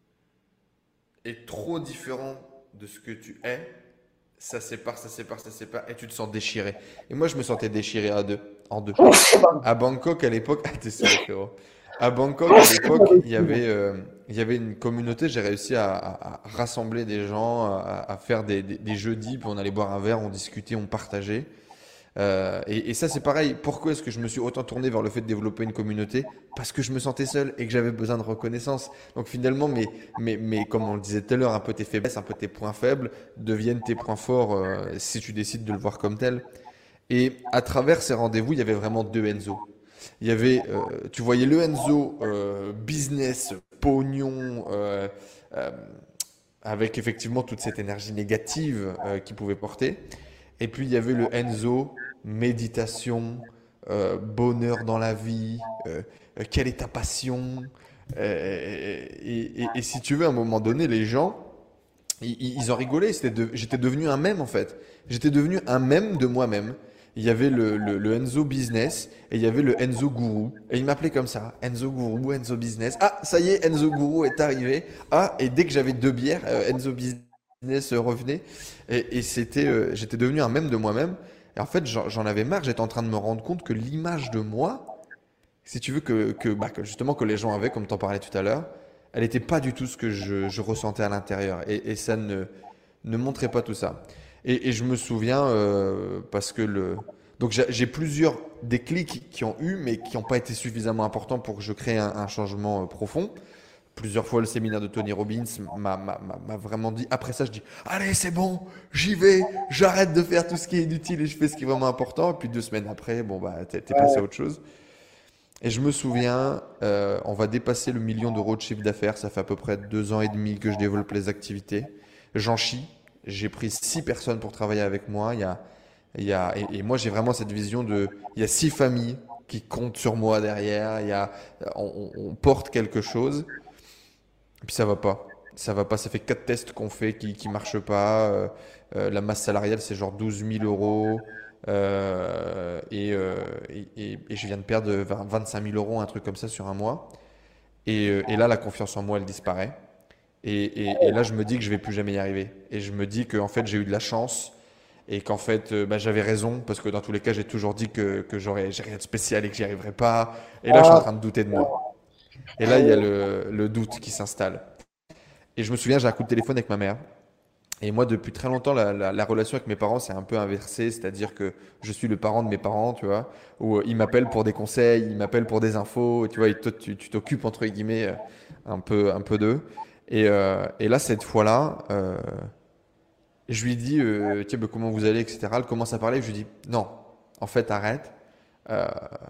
[SPEAKER 1] est trop différent de ce que tu es, ça sépare, ça sépare, ça sépare, et tu te sens déchiré. Et moi, je me sentais déchiré en deux. À Bangkok, à l'époque, ah, t'es sérieux, frérot. À Bangkok, à l'époque, il y avait une communauté. J'ai réussi à rassembler des gens, à faire des jeudis, puis on allait boire un verre, on discutait, on partageait. Et ça, c'est pareil. Pourquoi est-ce que je me suis autant tourné vers le fait de développer une communauté? Parce que je me sentais seul et que j'avais besoin de reconnaissance. Donc finalement, comme on le disait tout à l'heure, un peu tes faiblesses, un peu tes points faibles deviennent tes points forts si tu décides de le voir comme tel. Et à travers ces rendez-vous, il y avait vraiment deux Enzo. Il y avait, tu voyais le Enzo business, pognon, euh, avec effectivement toute cette énergie négative qu'il pouvait porter. Et puis il y avait le Enzo, méditation, bonheur dans la vie, quelle est ta passion? Et si tu veux, à un moment donné, les gens, ils ont rigolé. J'étais devenu un mème en fait. J'étais devenu un mème de moi-même. Il y avait le Enzo Business et il y avait le Enzo Gourou. Et il m'appelait comme ça. Enzo Gourou, Enzo Business. Ah, ça y est, Enzo Gourou est arrivé. Ah, et dès que j'avais deux bières, Enzo Business revenait. J'étais devenu un mème de moi-même. Et en fait, j'en avais marre. J'étais en train de me rendre compte que l'image de moi, si tu veux, que justement que les gens avaient, comme t'en parlais tout à l'heure, elle n'était pas du tout ce que je ressentais à l'intérieur. Et ça ne montrait pas tout ça. Et je me souviens, parce que donc j'ai plusieurs déclics qui ont eu, mais qui n'ont pas été suffisamment importants pour que je crée un changement profond. Plusieurs fois, le séminaire de Tony Robbins m'a vraiment dit. Après ça, je dis, allez, c'est bon, j'y vais, j'arrête de faire tout ce qui est inutile et je fais ce qui est vraiment important. Et puis 2 semaines après, bon, bah, t'es passé à autre chose. Et je me souviens, on va dépasser le million d'euros de chiffre d'affaires. Ça fait à peu près 2 ans et demi que je développe les activités. J'en chie. J'ai pris 6 personnes pour travailler avec moi. Et moi, j'ai vraiment cette vision il y a 6 familles qui comptent sur moi derrière. On porte quelque chose. Et puis ça va pas. Ça va pas. Ça fait 4 tests qu'on fait qui marchent pas. La masse salariale, c'est genre 12 000 euros. Et je viens de perdre 25 000 euros, un truc comme ça sur un mois. Et là, la confiance en moi, elle disparaît. Et là, je me dis que je vais plus jamais y arriver. Et je me dis qu'en fait, j'ai eu de la chance et qu'en fait, bah, j'avais raison parce que dans tous les cas, j'ai toujours dit que j'ai rien de spécial et que j'y arriverai pas. Et là, je suis en
[SPEAKER 2] Ah,
[SPEAKER 1] train de douter de moi. Et là, il y a le doute qui s'installe. Et je me souviens, j'ai un coup de téléphone avec ma mère. Et moi, depuis très longtemps, la relation avec mes parents, c'est un peu inversé. C'est-à-dire que je suis le parent de mes parents, tu vois, où ils m'appellent pour des conseils, ils m'appellent pour des infos, tu vois, et toi, tu t'occupes, entre guillemets, un peu d'eux. Et là, cette fois-là, je lui dis, tiens, bah, comment vous allez, etc. Elle commence à parler, je lui dis, non, en fait, arrête. Euh,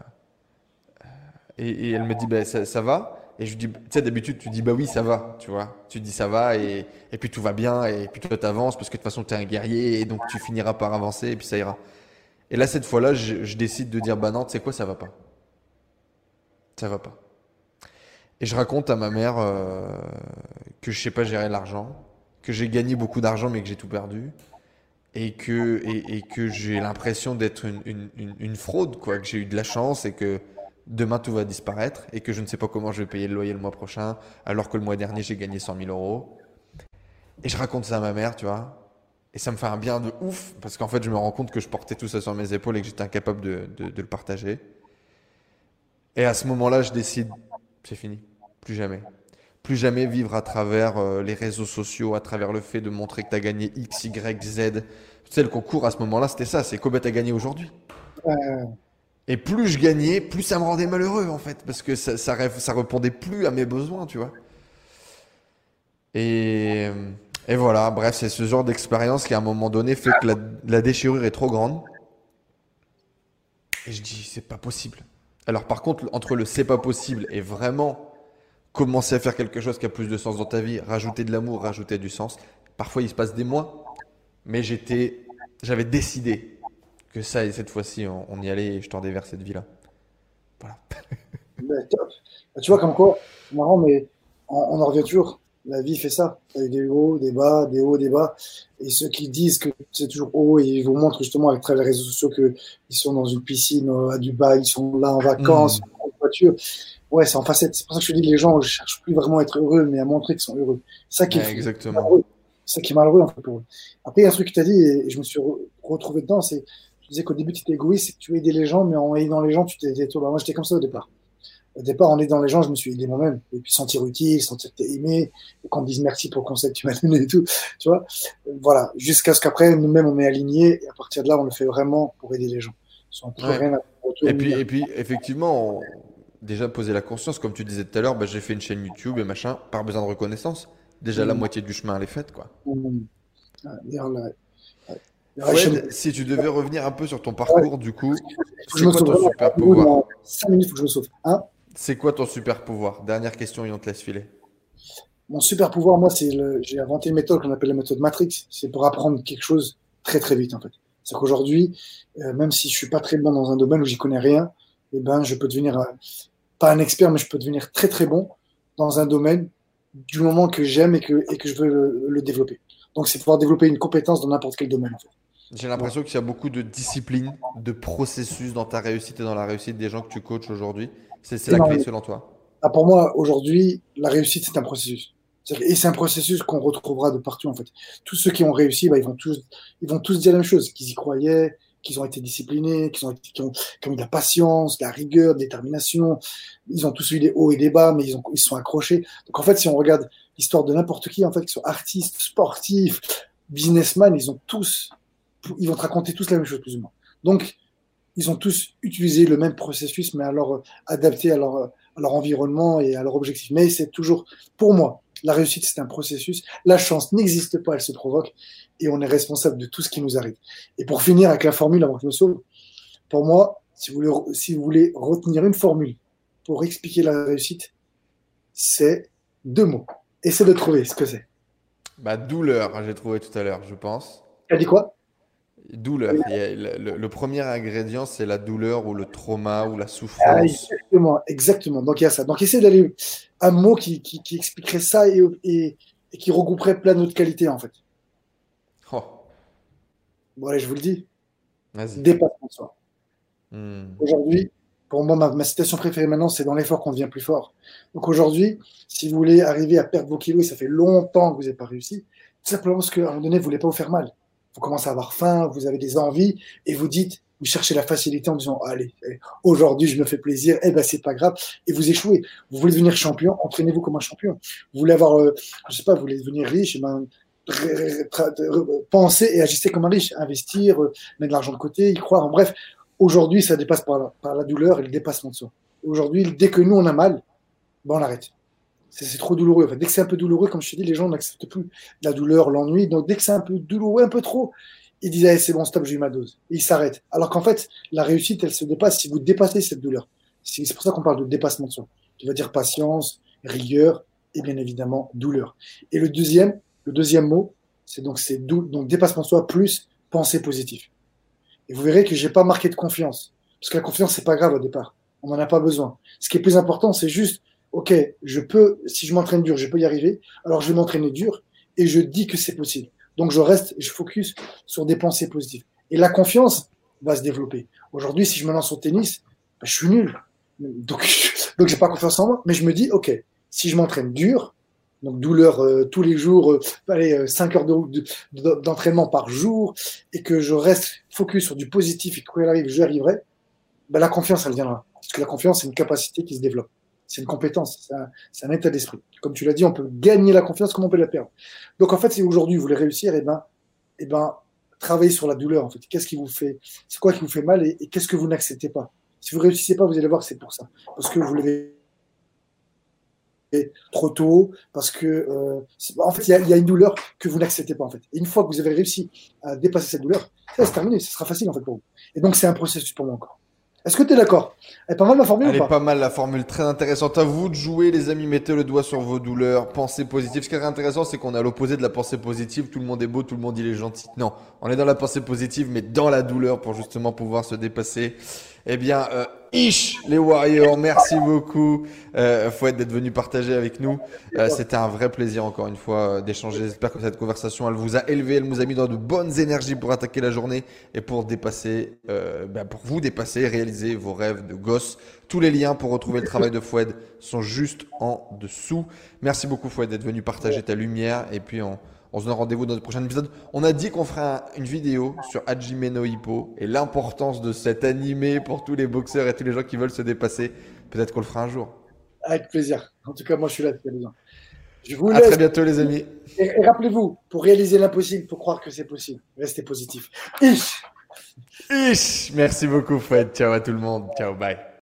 [SPEAKER 1] et elle me dit, bah, ça va? Et je lui dis, tu sais, d'habitude, tu dis, bah oui, ça va, tu vois. Tu dis, ça va, et puis tout va bien, et puis toi, t'avances, parce que de toute façon, t'es un guerrier, et donc tu finiras par avancer, et puis ça ira. Et là, cette fois-là, je décide de dire, bah non, tu sais quoi, ça va pas. Ça va pas. Et je raconte à ma mère que je sais pas gérer l'argent, que j'ai gagné beaucoup d'argent, mais que j'ai tout perdu, et que j'ai l'impression d'être une fraude, quoi, que j'ai eu de la chance, et que demain tout va disparaître, et que je ne sais pas comment je vais payer le loyer le mois prochain, alors que le mois dernier, j'ai gagné 100 000 euros. Et je raconte ça à ma mère, tu vois. Et ça me fait un bien de ouf, parce qu'en fait, je me rends compte que je portais tout ça sur mes épaules et que j'étais incapable de le partager. Et à ce moment-là, je décide, c'est fini, plus jamais. Plus jamais vivre à travers les réseaux sociaux, à travers le fait de montrer que tu as gagné X, Y, Z. Tu sais, le concours à ce moment-là, c'était ça, c'est combien tu as gagné aujourd'hui. Et plus je gagnais, plus ça me rendait malheureux, en fait, parce que ça répondait plus à mes besoins, tu vois. Et, et voilà, bref, c'est ce genre d'expérience qui, à un moment donné, fait que la déchirure est trop grande. Et je dis, c'est pas possible. Alors, par contre, entre le c'est pas possible et vraiment commencer à faire quelque chose qui a plus de sens dans ta vie, rajouter de l'amour, rajouter du sens, parfois il se passe des mois, mais j'avais décidé que ça, et cette fois-ci, on y allait et je tendais vers cette vie-là. Voilà.
[SPEAKER 2] ben, top. Ben, tu vois, comme quoi, c'est marrant, mais on en revient toujours. La vie fait ça. Il y a des hauts, des bas, des hauts, des bas. Et ceux qui disent que c'est toujours haut, et ils vous montrent justement avec travers les réseaux sociaux qu'ils sont dans une piscine à Dubaï, ils sont là en vacances,
[SPEAKER 1] Hmm.
[SPEAKER 2] en voiture. Ouais, c'est en facette. C'est pour ça que je te dis que les gens ne cherchent plus vraiment à être heureux, mais à montrer qu'ils sont heureux. C'est ça qui est
[SPEAKER 1] Ouais, exactement.
[SPEAKER 2] malheureux. C'est ça qui est malheureux, en fait, pour eux. Après, il y a un truc que tu as dit, et je me suis retrouvé dedans, tu disais qu'au début, tu étais égoïste, et que tu aidais les gens, mais en aidant les gens, tu t'étais toi. Bah, moi, j'étais comme ça au départ. Au départ, en aidant les gens, je me suis aidé moi-même. Et puis sentir utile, sentir que t'es aimé, et qu'on me dise merci pour le conseil que tu m'as donné et tout. Tu vois, voilà. Jusqu'à ce qu'après, nous-mêmes, on est alignés. Et à partir de là, on le fait vraiment pour aider les gens. Sans plus
[SPEAKER 1] Ouais.
[SPEAKER 2] rien à retour ni
[SPEAKER 1] Et puis effectivement, déjà poser la conscience, comme tu disais tout à l'heure, bah, j'ai fait une chaîne YouTube et machin, pas besoin de reconnaissance. Déjà la
[SPEAKER 2] rien.
[SPEAKER 1] moitié du chemin elle est faite, quoi.
[SPEAKER 2] D'ailleurs, la chaîne,
[SPEAKER 1] Fouad, si tu devais revenir un peu sur ton
[SPEAKER 2] ouais,
[SPEAKER 1] parcours, du coup,
[SPEAKER 2] faut que je
[SPEAKER 1] c'est
[SPEAKER 2] me
[SPEAKER 1] quoi
[SPEAKER 2] sauve
[SPEAKER 1] ton
[SPEAKER 2] vraiment.
[SPEAKER 1] super pouvoir?
[SPEAKER 2] Dans 5 minutes, il faut que je me sauve. Hein.
[SPEAKER 1] C'est quoi ton super pouvoir? Dernière question et on te laisse filer.
[SPEAKER 2] Mon super pouvoir, moi, j'ai inventé une méthode qu'on appelle la méthode Matrix. C'est pour apprendre quelque chose très, très vite, en fait. C'est qu'aujourd'hui, même si je suis pas très bon dans un domaine où j'y connais rien, eh ben, je peux devenir, pas un expert, mais je peux devenir très, très bon dans un domaine du moment que j'aime et que je veux le développer. Donc, c'est pouvoir développer une compétence dans n'importe quel domaine, en fait.
[SPEAKER 1] J'ai
[SPEAKER 2] Voilà.
[SPEAKER 1] l'impression qu'il y a beaucoup de discipline, de processus dans ta réussite et dans la réussite des gens que tu coaches aujourd'hui. C'est la clé
[SPEAKER 2] Énormément.
[SPEAKER 1] selon toi.
[SPEAKER 2] Ah, pour moi, aujourd'hui, la réussite, c'est un processus. Et c'est un processus qu'on retrouvera de partout, en fait. Tous ceux qui ont réussi, bah, ils vont tous dire la même chose, qu'ils y croyaient, qu'ils ont été disciplinés, qu'ils ont eu de la patience, de la rigueur, de la détermination. Ils ont tous eu des hauts et des bas, mais ils se sont accrochés. Donc, en fait, si on regarde l'histoire de n'importe qui, en fait, qu'ils soient artistes, sportifs, businessmen, ils vont te raconter tous la même chose, plus ou moins. Donc, ils ont tous utilisé le même processus, mais alors adapté à leur environnement et à leur objectif. Mais c'est toujours, pour moi, la réussite, c'est un processus. La chance n'existe pas, elle se provoque. Et on est responsable de tout ce qui nous arrive. Et pour finir avec la formule, avant que je me sauve, pour moi, si vous voulez retenir une formule pour expliquer la réussite, c'est 2 mots. Essayez de trouver ce que c'est.
[SPEAKER 1] Bah, douleur, hein, j'ai trouvé tout à l'heure, je pense.
[SPEAKER 2] Tu as dit quoi?
[SPEAKER 1] Douleur. Le premier ingrédient, c'est la douleur ou le trauma ou la
[SPEAKER 2] Ah,
[SPEAKER 1] souffrance.
[SPEAKER 2] exactement, exactement. Donc il y a ça. Donc essayez d'aller un mot qui expliquerait ça et qui regrouperait plein d'autres qualités en fait.
[SPEAKER 1] Oh,
[SPEAKER 2] Bon allez, je vous le dis.
[SPEAKER 1] vas-y.
[SPEAKER 2] Dépassement de soi.
[SPEAKER 1] Hmm.
[SPEAKER 2] Aujourd'hui, pour moi, ma citation préférée maintenant, c'est dans l'effort qu'on devient plus fort. Donc aujourd'hui, si vous voulez arriver à perdre vos kilos et ça fait longtemps que vous n'avez pas réussi, tout simplement parce qu'à un moment donné, vous ne voulez pas vous faire mal. Vous commencez à avoir faim, vous avez des envies et vous dites, vous cherchez la facilité en disant, allez, aujourd'hui, je me fais plaisir, eh ben, c'est pas grave. Et vous échouez. Vous voulez devenir champion, entraînez-vous comme un champion. Vous voulez avoir, je sais pas, vous voulez devenir riche, eh ben, pensez et agissez comme un riche. Investir, mettre de l'argent de côté, y croire. En bref, aujourd'hui, ça dépasse par la douleur et le dépassement de soi. Aujourd'hui, dès que nous, on a mal, ben, on arrête. C'est trop douloureux. En fait. Dès que c'est un peu douloureux, comme je te dis, les gens n'acceptent plus la douleur, l'ennui. Donc, dès que c'est un peu douloureux, un peu trop, ils disent, allez, c'est bon, stop, j'ai eu ma dose. Et ils s'arrêtent. Alors qu'en fait, la réussite, elle se dépasse si vous dépassez cette douleur. C'est pour ça qu'on parle de dépassement de soi. Tu vas dire patience, rigueur et bien évidemment douleur. Et le deuxième mot, donc dépassement de soi plus pensée positive. Et vous verrez que j'ai pas marqué de confiance. Parce que la confiance, c'est pas grave au départ. On n'en a pas besoin. Ce qui est plus important, c'est juste, OK, si je m'entraîne dur, je peux y arriver. Alors je vais m'entraîner dur et je dis que c'est possible. Donc je focus sur des pensées positives. Et la confiance va se développer. Aujourd'hui, si je me lance au tennis, ben, je suis nul. Donc j'ai pas confiance en moi. Mais je me dis, OK, si je m'entraîne dur, donc douleur tous les jours, 5 heures d'entraînement par jour, et que je reste focus sur du positif et que quoi il arrive, j'y arriverai, ben, la confiance, elle viendra. Parce que la confiance, c'est une capacité qui se développe. C'est une compétence, c'est un état d'esprit. Comme tu l'as dit, on peut gagner la confiance comme on peut la perdre. Donc en fait, si aujourd'hui vous voulez réussir, eh ben, travaillez sur la douleur. En fait, qu'est-ce qui vous fait, c'est quoi qui vous fait mal et qu'est-ce que vous n'acceptez pas. Si vous réussissez pas, vous allez voir que c'est pour ça, parce que vous l'avez trop tôt, parce que en fait, il y a une douleur que vous n'acceptez pas en fait. Et une fois que vous avez réussi à dépasser cette douleur, ça c'est terminé, ça sera facile en fait pour vous. Et donc c'est un processus pour moi encore. Est-ce que tu es d'accord? Elle est pas mal ma formule ou
[SPEAKER 1] Elle est
[SPEAKER 2] pas?
[SPEAKER 1] pas mal la formule, très intéressante. À vous de jouer, les amis. Mettez le doigt sur vos douleurs. Pensée positive. Ce qui est intéressant, c'est qu'on est à l'opposé de la pensée positive. Tout le monde est beau, tout le monde il est gentil. Non, on est dans la pensée positive, mais dans la douleur pour justement pouvoir se dépasser. Eh bien, les Warriors, merci beaucoup, Fouad, d'être venu partager avec nous. C'était un vrai plaisir, encore une fois, d'échanger. J'espère que cette conversation, elle vous a élevé, elle nous a mis dans de bonnes énergies pour attaquer la journée et pour dépasser, pour vous dépasser, réaliser vos rêves de gosse. Tous les liens pour retrouver le travail de Fouad sont juste en dessous. Merci beaucoup, Fouad, d'être venu partager ta lumière. Et puis, on se donne rendez-vous dans le prochain épisode. On a dit qu'on ferait une vidéo sur Hajime no Ippo et l'importance de cet animé pour tous les boxeurs et tous les gens qui veulent se dépasser. Peut-être qu'on le fera un jour.
[SPEAKER 2] Avec plaisir. En tout cas, moi, je suis là si tu as besoin. Je vous
[SPEAKER 1] À
[SPEAKER 2] laisse.
[SPEAKER 1] très bientôt, les amis.
[SPEAKER 2] Et rappelez-vous, pour réaliser l'impossible, il faut croire que c'est possible. Restez positif. Ish.
[SPEAKER 1] Ish. Merci beaucoup, Fred. Ciao à tout le monde. Ciao, bye.